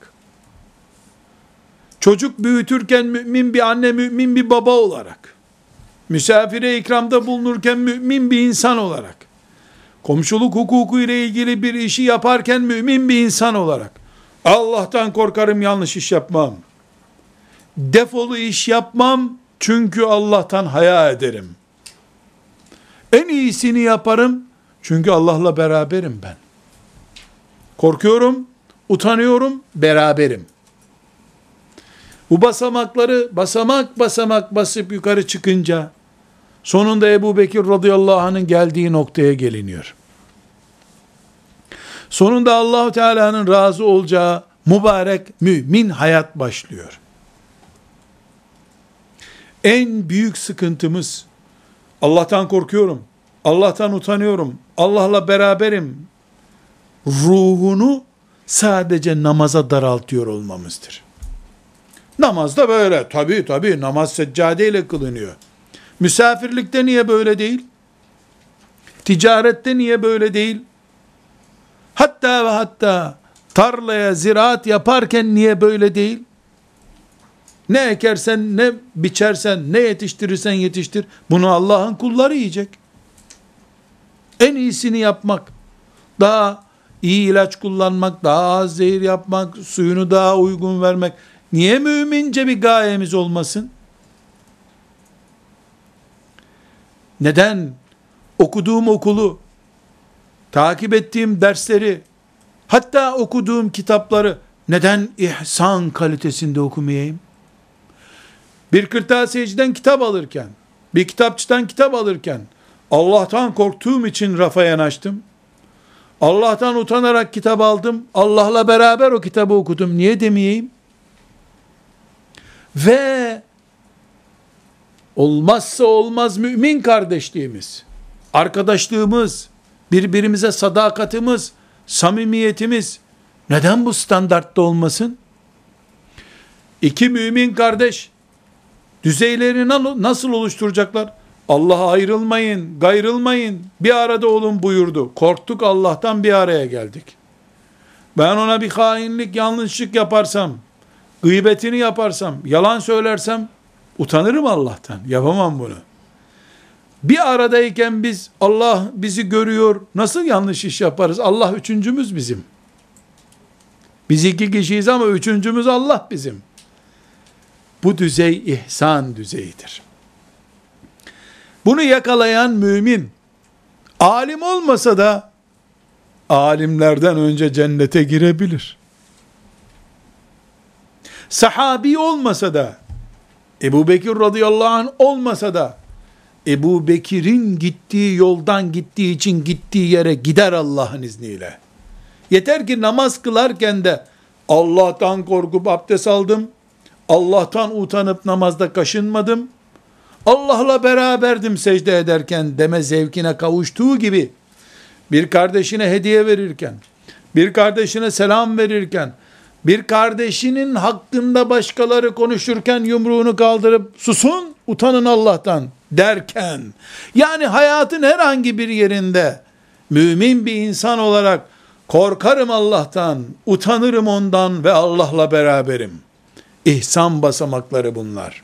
çocuk büyütürken mümin bir anne, mümin bir baba olarak, misafire ikramda bulunurken mümin bir insan olarak, komşuluk hukuku ile ilgili bir işi yaparken mümin bir insan olarak, Allah'tan korkarım, yanlış iş yapmam, defolu iş yapmam çünkü Allah'tan haya ederim, en iyisini yaparım çünkü Allah'la beraberim ben, korkuyorum, utanıyorum, beraberim. Bu basamakları basamak basamak basıp yukarı çıkınca sonunda Ebu Bekir radıyallahu anh'ın geldiği noktaya geliniyor. Sonunda Allah-u Teala'nın razı olacağı mübarek mümin hayat başlıyor. En büyük sıkıntımız, Allah'tan korkuyorum, Allah'tan utanıyorum, Allah'la beraberim ruhunu sadece namaza daraltıyor olmamızdır. Namazda böyle, tabii namaz seccadeyle kılınıyor. Misafirlikte niye böyle değil? Ticarette niye böyle değil? Hatta ve hatta tarlaya ziraat yaparken niye böyle değil? Ne ekersen, ne biçersen, ne yetiştirirsen yetiştir, bunu Allah'ın kulları yiyecek. En iyisini yapmak, daha iyi ilaç kullanmak, daha az zehir yapmak, suyunu daha uygun vermek, niye mümince bir gayemiz olmasın? Neden okuduğum okulu, takip ettiğim dersleri, hatta okuduğum kitapları neden ihsan kalitesinde okumayayım? Bir kırtasiyeciden kitap alırken, bir kitapçıdan kitap alırken, Allah'tan korktuğum için rafa yanaştım. Allah'tan utanarak kitap aldım. Allah'la beraber o kitabı okudum. Niye demeyeyim? Ve olmazsa olmaz mümin kardeşliğimiz, arkadaşlığımız, birbirimize sadakatimiz, samimiyetimiz neden bu standartta olmasın? İki mümin kardeş düzeylerini nasıl oluşturacaklar? Allah'a ayrılmayın, gayrılmayın, bir arada olun buyurdu. Korktuk, Allah'tan bir araya geldik. Ben ona bir hainlik, yanlışlık yaparsam, gıybetini yaparsam, yalan söylersem, utanırım Allah'tan. Yapamam bunu. Bir aradayken biz, Allah bizi görüyor, nasıl yanlış iş yaparız? Allah üçüncümüz bizim. Biz iki kişiyiz ama üçüncümüz Allah bizim. Bu düzey ihsan düzeyidir. Bunu yakalayan mümin, alim olmasa da, alimlerden önce cennete girebilir. Sahabi olmasa da, Ebu Bekir radıyallahu anh olmasa da, Ebu Bekir'in gittiği yoldan gittiği için gittiği yere gider Allah'ın izniyle. Yeter ki namaz kılarken de, Allah'tan korkup abdest aldım, Allah'tan utanıp namazda kaşınmadım, Allah'la beraberdim secde ederken deme zevkine kavuştuğu gibi, bir kardeşine hediye verirken, bir kardeşine selam verirken, bir kardeşinin hakkında başkaları konuşurken yumruğunu kaldırıp susun, utanın Allah'tan derken, yani hayatın herhangi bir yerinde mümin bir insan olarak korkarım Allah'tan, utanırım ondan ve Allah'la beraberim. İhsan basamakları bunlar.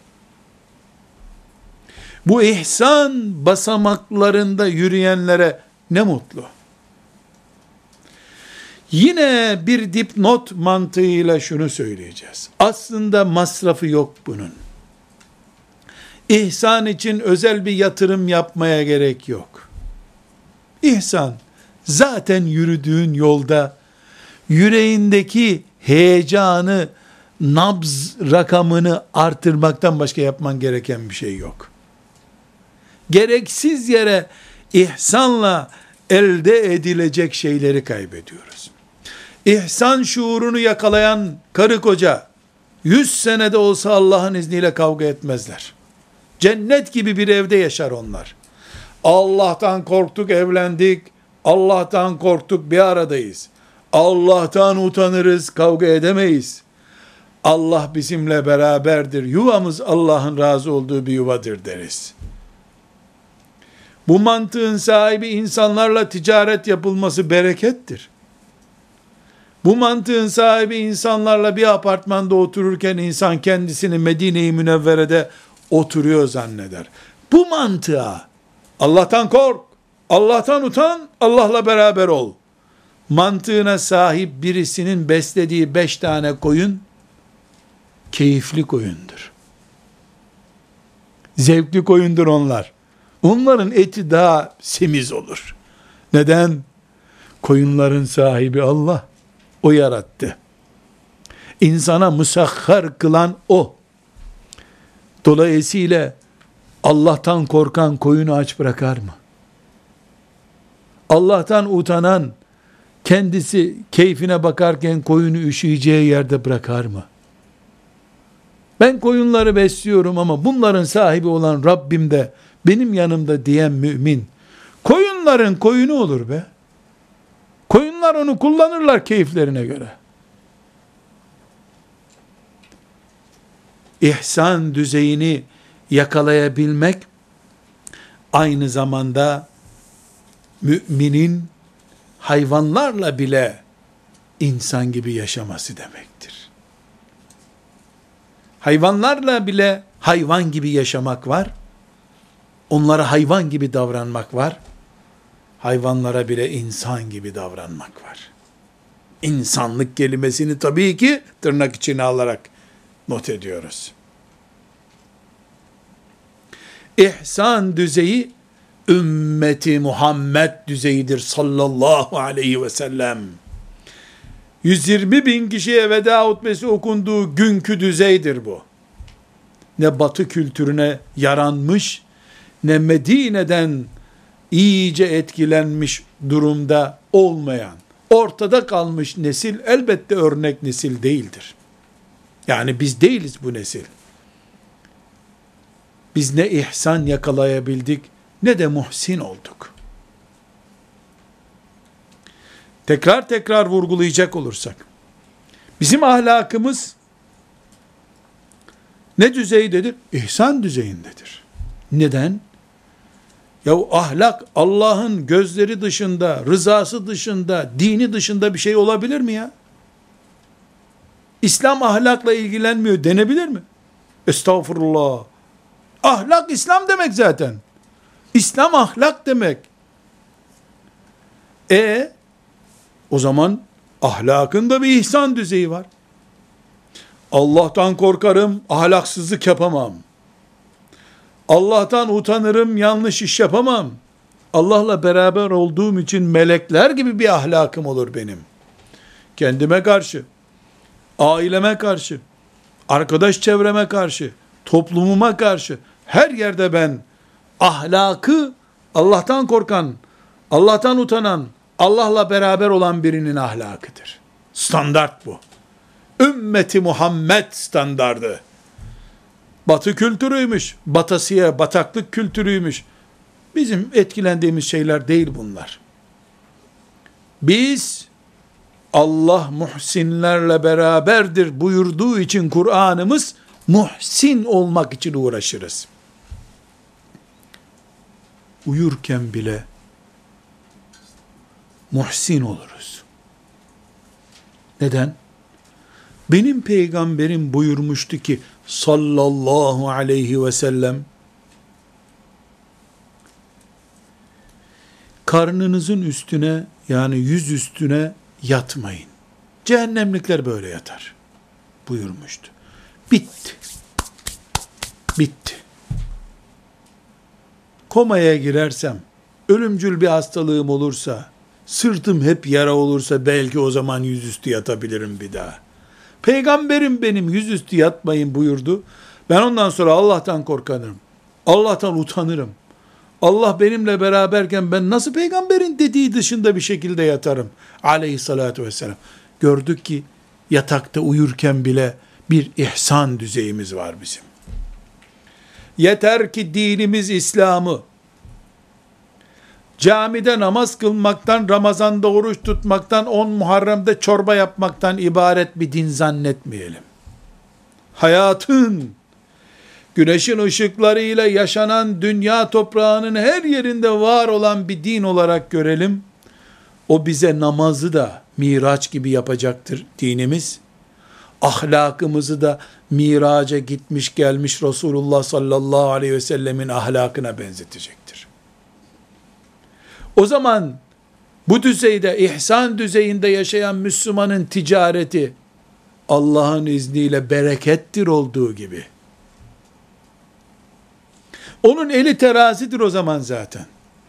Bu ihsan basamaklarında yürüyenlere ne mutlu. Yine bir dipnot mantığıyla şunu söyleyeceğiz. Aslında masrafı yok bunun. İhsan için özel bir yatırım yapmaya gerek yok. İhsan, zaten yürüdüğün yolda yüreğindeki heyecanı, nabz rakamını artırmaktan başka yapman gereken bir şey yok. Gereksiz yere ihsanla elde edilecek şeyleri kaybediyoruz. İhsan şuurunu yakalayan karı koca 100 senede olsa Allah'ın izniyle kavga etmezler. Cennet gibi bir evde yaşar onlar. Allah'tan korktuk, evlendik. Allah'tan korktuk, bir aradayız. Allah'tan utanırız, kavga edemeyiz. Allah bizimle beraberdir. Yuvamız Allah'ın razı olduğu bir yuvadır deriz. Bu mantığın sahibi insanlarla ticaret yapılması berekettir. Bu mantığın sahibi insanlarla bir apartmanda otururken insan kendisini Medine-i Münevvere'de oturuyor zanneder. Bu mantığa Allah'tan kork, Allah'tan utan, Allah'la beraber ol mantığına sahip birisinin beslediği 5 tane koyun keyifli koyundur. Zevkli koyundur onlar. Onların eti daha semiz olur. Neden? Koyunların sahibi Allah. O yarattı. İnsana musahhar kılan O. Dolayısıyla Allah'tan korkan koyunu aç bırakar mı? Allah'tan utanan kendisi keyfine bakarken koyunu üşüyeceği yerde bırakar mı? Ben koyunları besliyorum ama bunların sahibi olan Rabbim de benim yanımda diyen mümin, koyunların koyunu olur be. Koyunlar onu kullanırlar keyiflerine göre. İhsan düzeyini yakalayabilmek, aynı zamanda müminin hayvanlarla bile insan gibi yaşaması demektir. Hayvanlarla bile hayvan gibi yaşamak var. Onlara hayvan gibi davranmak var. Hayvanlara bile insan gibi davranmak var. İnsanlık kelimesini tabii ki tırnak içine alarak not ediyoruz. İhsan düzeyi ümmeti Muhammed düzeyidir sallallahu aleyhi ve sellem. 120 bin kişiye veda hutbesi okunduğu günkü düzeydir bu. Ne Batı kültürüne yaranmış, ne Medine'den iyice etkilenmiş durumda olmayan, ortada kalmış nesil elbette örnek nesil değildir. Yani biz değiliz bu nesil. Biz ne ihsan yakalayabildik, ne de muhsin olduk. Tekrar tekrar vurgulayacak olursak, bizim ahlakımız ne düzeydedir? İhsan düzeyindedir. Neden? Ya ahlak Allah'ın gözleri dışında, rızası dışında, dini dışında bir şey olabilir mi ya? İslam ahlakla ilgilenmiyor denebilir mi? Estağfurullah. Ahlak İslam demek zaten. İslam ahlak demek. O zaman ahlakın da bir ihsan düzeyi var. Allah'tan korkarım, ahlaksızlık yapamam. Allah'tan utanırım, yanlış iş yapamam. Allah'la beraber olduğum için melekler gibi bir ahlakım olur benim. Kendime karşı, aileme karşı, arkadaş çevreme karşı, toplumuma karşı, her yerde ben ahlakı Allah'tan korkan, Allah'tan utanan, Allah'la beraber olan birinin ahlakıdır. Standart bu. Ümmeti Muhammed standardı. Batı kültürüymüş, batasıya, bataklık kültürüymüş. Bizim etkilendiğimiz şeyler değil bunlar. Biz Allah muhsinlerle beraberdir buyurduğu için Kur'an'ımız muhsin olmak için uğraşırız. Uyurken bile muhsin oluruz. Neden? Benim peygamberim buyurmuştu ki sallallahu aleyhi ve sellem, karnınızın üstüne, yani yüz üstüne yatmayın. Cehennemlikler böyle yatar buyurmuştu. Bitti. Bitti. Komaya girersem, ölümcül bir hastalığım olursa, sırtım hep yara olursa belki o zaman yüzüstü yatabilirim bir daha. Peygamberim benim yüzüstü yatmayın buyurdu. Ben ondan sonra Allah'tan korkarım. Allah'tan utanırım. Allah benimle beraberken ben nasıl peygamberin dediği dışında bir şekilde yatarım? Aleyhissalatü vesselam. Gördük ki yatakta uyurken bile bir ihsan düzeyimiz var bizim. Yeter ki dinimiz İslam'ı camide namaz kılmaktan, Ramazan'da oruç tutmaktan, 10 Muharrem'de çorba yapmaktan ibaret bir din zannetmeyelim. Hayatın, güneşin ışıklarıyla yaşanan dünya toprağının her yerinde var olan bir din olarak görelim. O bize namazı da, Miraç gibi yapacaktır dinimiz. Ahlakımızı da miraca gitmiş gelmiş Resulullah sallallahu aleyhi ve sellemin ahlakına benzetecektir. O zaman bu düzeyde, ihsan düzeyinde yaşayan Müslümanın ticareti Allah'ın izniyle berekettir olduğu gibi. Onun eli terazidir o zaman zaten.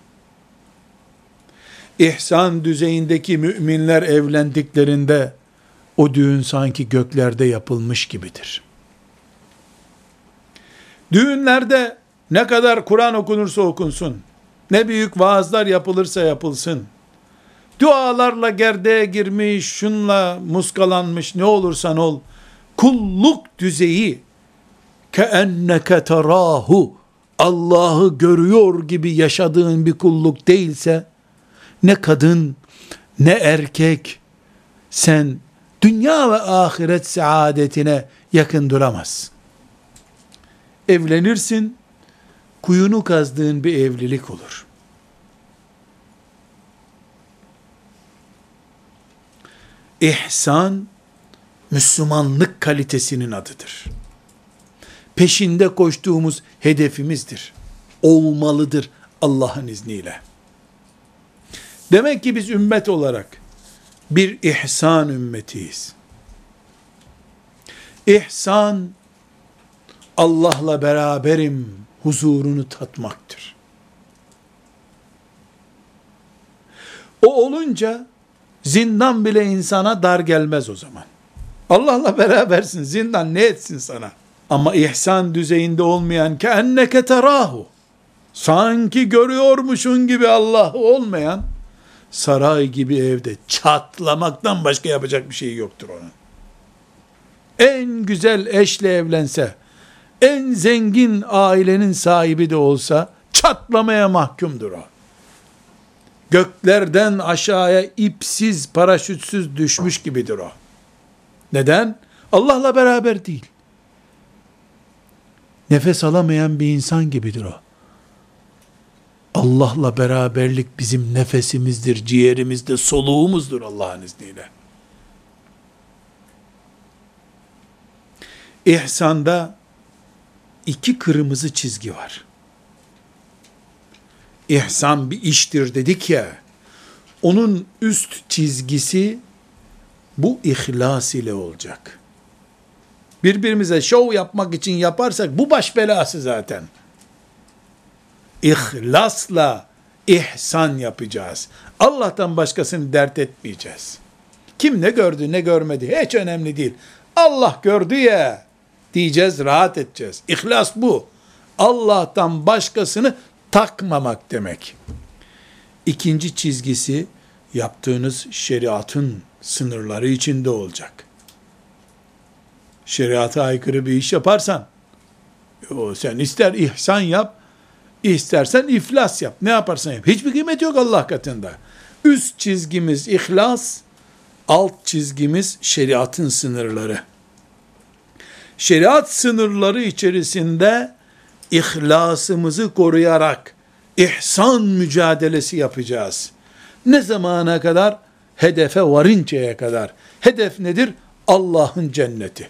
İhsan düzeyindeki müminler evlendiklerinde o düğün sanki göklerde yapılmış gibidir. Düğünlerde ne kadar Kur'an okunursa okunsun, ne büyük vaazlar yapılırsa yapılsın, dualarla gerdeğe girmiş, şunla muskalanmış, ne olursan ol, kulluk düzeyi, keenneke terahu, Allah'ı görüyor gibi yaşadığın bir kulluk değilse, ne kadın, ne erkek, sen dünya ve ahiret saadetine yakın duramazsın. Evlenirsin, kuyunu kazdığın bir evlilik olur. İhsan, Müslümanlık kalitesinin adıdır. Peşinde koştuğumuz hedefimizdir. Olmalıdır Allah'ın izniyle. Demek ki biz ümmet olarak bir ihsan ümmetiyiz. İhsan, Allah'la beraberim huzurunu tatmaktır. O olunca zindan bile insana dar gelmez o zaman. Allah'la berabersin, zindan ne etsin sana? Ama ihsan düzeyinde olmayan, keenneke terahu, sanki görüyormuşun gibi Allah'ı olmayan, saray gibi evde çatlamaktan başka yapacak bir şey yoktur onun. En güzel eşle evlense, en zengin ailenin sahibi de olsa, çatlamaya mahkumdur o. Göklerden aşağıya ipsiz, paraşütsüz düşmüş gibidir o. Neden? Allah'la beraber değil. Nefes alamayan bir insan gibidir o. Allah'la beraberlik bizim nefesimizdir, ciğerimizde, soluğumuzdur Allah'ın izniyle. İhsanda iki kırmızı çizgi var. İhsan bir iştir dedik ya, onun üst çizgisi bu ihlas ile olacak. Birbirimize şov yapmak için yaparsak bu baş belası zaten. İhlasla ihsan yapacağız. Allah'tan başkasını dert etmeyeceğiz. Kim ne gördü ne görmedi hiç önemli değil. Allah gördü ya diyeceğiz, rahat edeceğiz. İhlas bu. Allah'tan başkasını takmamak demek. İkinci çizgisi yaptığınız şeriatın sınırları içinde olacak. Şeriata aykırı bir iş yaparsan, sen ister ihsan yap, istersen iflas yap. Ne yaparsan yap. Hiçbir kıymet yok Allah katında. Üst çizgimiz ihlas, alt çizgimiz şeriatın sınırları. Şeriat sınırları içerisinde ihlasımızı koruyarak ihsan mücadelesi yapacağız. Ne zamana kadar? Hedefe varıncaya kadar. Hedef nedir? Allah'ın cenneti.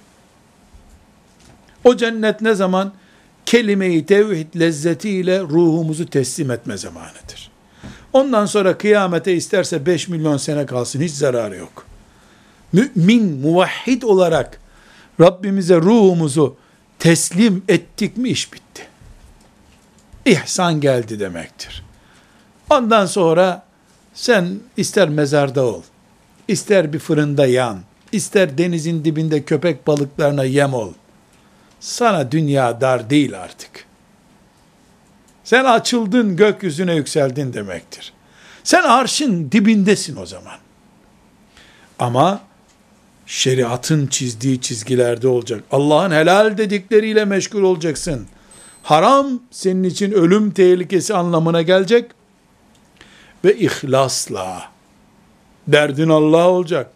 O cennet ne zaman? Kelime-i tevhid lezzetiyle ruhumuzu teslim etme zamanıdır. Ondan sonra kıyamete isterse 5 milyon sene kalsın, hiç zararı yok. Mümin, muvahhid olarak Rabbimize ruhumuzu teslim ettik mi iş bitti. İhsan geldi demektir. Ondan sonra sen ister mezarda ol, ister bir fırında yan, ister denizin dibinde köpek balıklarına yem ol. Sana dünya dar değil artık. Sen açıldın, gökyüzüne yükseldin demektir. Sen arşın dibindesin o zaman. Ama şeriatın çizdiği çizgilerde olacak. Allah'ın helal dedikleriyle meşgul olacaksın. Haram senin için ölüm tehlikesi anlamına gelecek. Ve ihlasla. Derdin Allah olacak.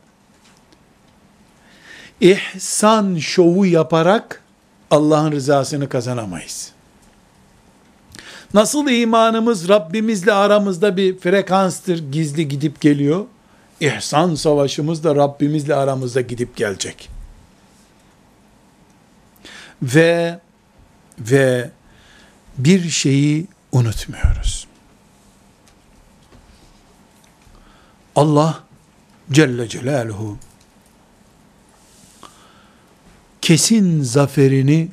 İhsan şovu yaparak Allah'ın rızasını kazanamayız. Nasıl imanımız Rabbimizle aramızda bir frekanstır, gizli gidip geliyor. İhsan savaşımız da Rabbimizle aramızda gidip gelecek. Ve bir şeyi unutmuyoruz. Allah Celle Celaluhu kesin zaferini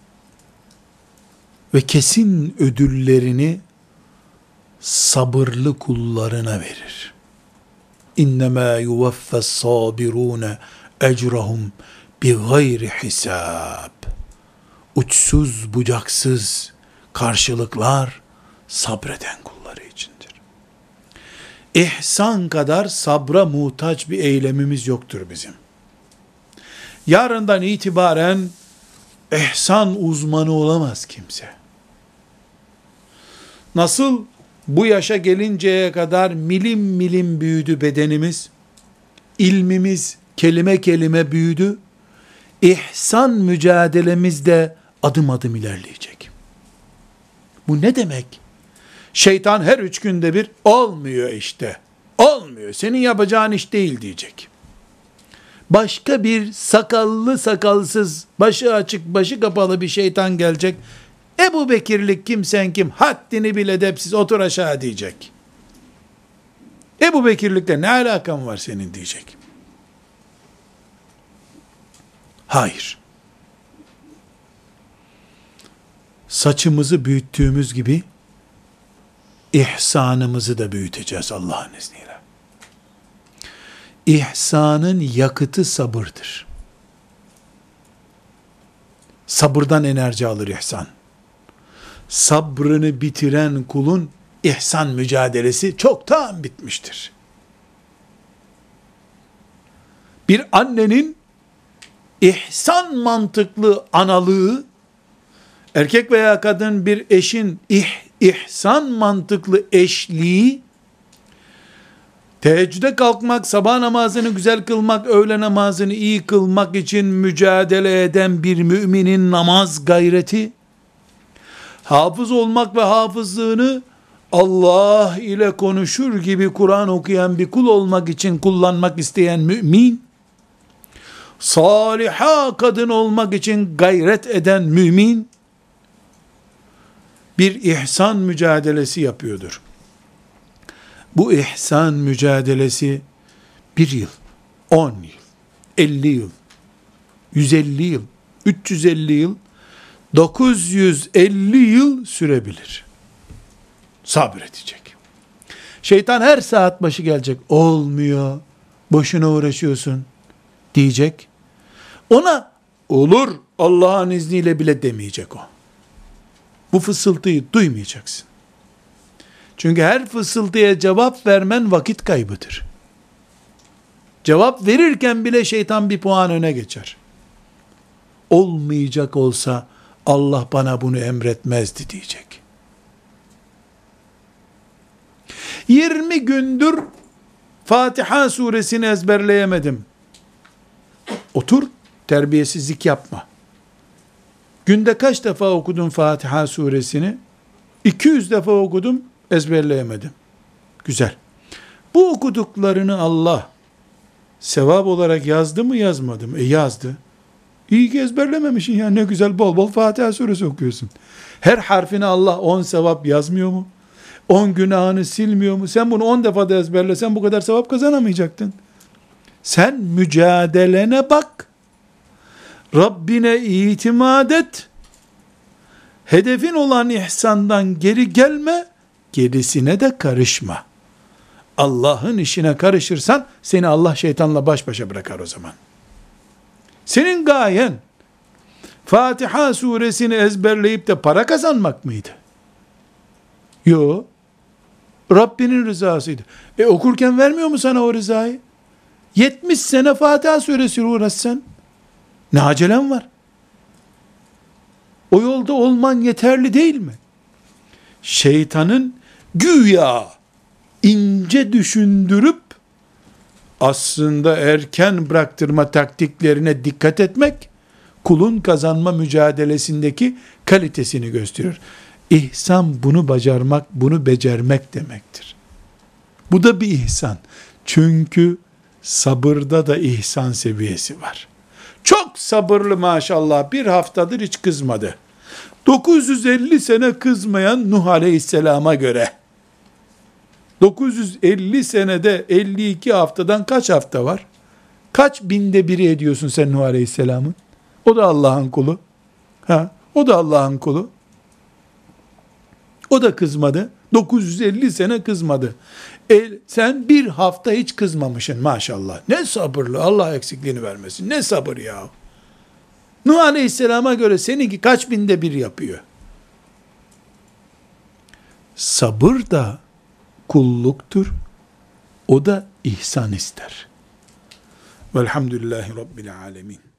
ve kesin ödüllerini sabırlı kullarına verir. İnnemâ yuvaffes sabirûne ecrahum bi gayri hisab. Uçsuz bucaksız karşılıklar sabreden kulları içindir. İhsan kadar sabra muhtaç bir eylemimiz yoktur bizim. Yarından itibaren ihsan uzmanı olamaz kimse. Nasıl bu yaşa gelinceye kadar milim milim büyüdü bedenimiz, ilmimiz kelime kelime büyüdü, İhsan mücadelemiz de adım adım ilerleyecek. Bu ne demek? Şeytan her 3 günde bir olmuyor işte. Olmuyor. Senin yapacağın iş değil diyecek. Başka bir sakallı sakalsız, başı açık, başı kapalı bir şeytan gelecek. Ebu Bekirlik kim sen kim? Haddini bil edepsiz otur aşağı diyecek. Ebu Bekirlikle ne alakan var senin diyecek. Hayır. Saçımızı büyüttüğümüz gibi ihsanımızı da büyüteceğiz Allah'ın izniyle. İhsanın yakıtı sabırdır. Sabırdan enerji alır ihsan. Sabrını bitiren kulun ihsan mücadelesi çoktan bitmiştir. Bir annenin ihsan mantıklı analığı, erkek veya kadın bir eşin ihsan mantıklı eşliği, teheccüde kalkmak, sabah namazını güzel kılmak, öğle namazını iyi kılmak için mücadele eden bir müminin namaz gayreti, hafız olmak ve hafızlığını Allah ile konuşur gibi Kur'an okuyan bir kul olmak için kullanmak isteyen mümin, saliha kadın olmak için gayret eden mümin, bir ihsan mücadelesi yapıyordur. Bu ihsan mücadelesi 1 yıl, 10 yıl, 50 yıl, 150 yıl, 350 yıl, 950 yıl sürebilir. Sabredecek. Şeytan her saat başı gelecek. Olmuyor, boşuna uğraşıyorsun diyecek. Ona olur Allah'ın izniyle bile demeyecek o. Bu fısıltıyı duymayacaksın. Çünkü her fısıltıya cevap vermen vakit kaybıdır. Cevap verirken bile şeytan bir puan öne geçer. Olmayacak olsa Allah bana bunu emretmezdi diyecek. 20 gündür Fatiha suresini ezberleyemedim. Otur, terbiyesizlik yapma. Günde kaç defa okudun Fatiha suresini? 200 defa okudum, ezberleyemedim. Güzel. Bu okuduklarını Allah sevap olarak yazdı mı yazmadı mı? Yazdı. İyi ki ezberlememişsin ya, ne güzel bol bol Fatiha suresi okuyorsun. Her harfine Allah 10 sevap yazmıyor mu? 10 günahını silmiyor mu? Sen bunu 10 defa da ezberlesen bu kadar sevap kazanamayacaktın. Sen mücadelene bak. Rabbine itimat et. Hedefin olan ihsandan geri gelme. Gerisine de karışma. Allah'ın işine karışırsan seni Allah şeytanla baş başa bırakar o zaman. Senin gayen Fatiha suresini ezberleyip de para kazanmak mıydı? Yok. Rabbinin rızasıydı. Okurken vermiyor mu sana o rızayı? 70 sene Fatiha suresiyle uğraşsan ne acelem var? O yolda olman yeterli değil mi? Şeytanın güya ince düşündürüp aslında erken bıraktırma taktiklerine dikkat etmek, kulun kazanma mücadelesindeki kalitesini gösteriyor. İhsan bunu bacarmak, bunu becermek demektir. Bu da bir ihsan. Çünkü sabırda da ihsan seviyesi var. Çok sabırlı maşallah, bir haftadır hiç kızmadı. 950 sene kızmayan Nuh Aleyhisselam'a göre 950 senede 52 haftadan kaç hafta var? Kaç binde biri ediyorsun sen Nuh Aleyhisselam'ın? O da Allah'ın kulu. O da Allah'ın kulu. O da kızmadı. 950 sene kızmadı. Sen bir hafta hiç kızmamışsın maşallah. Ne sabırlı, Allah eksikliğini vermesin. Ne sabır ya. Nuh Aleyhisselam'a göre seninki kaç binde bir yapıyor. Sabır da kulluktur. O da ihsan ister. Velhamdülillahi Rabbil alemin.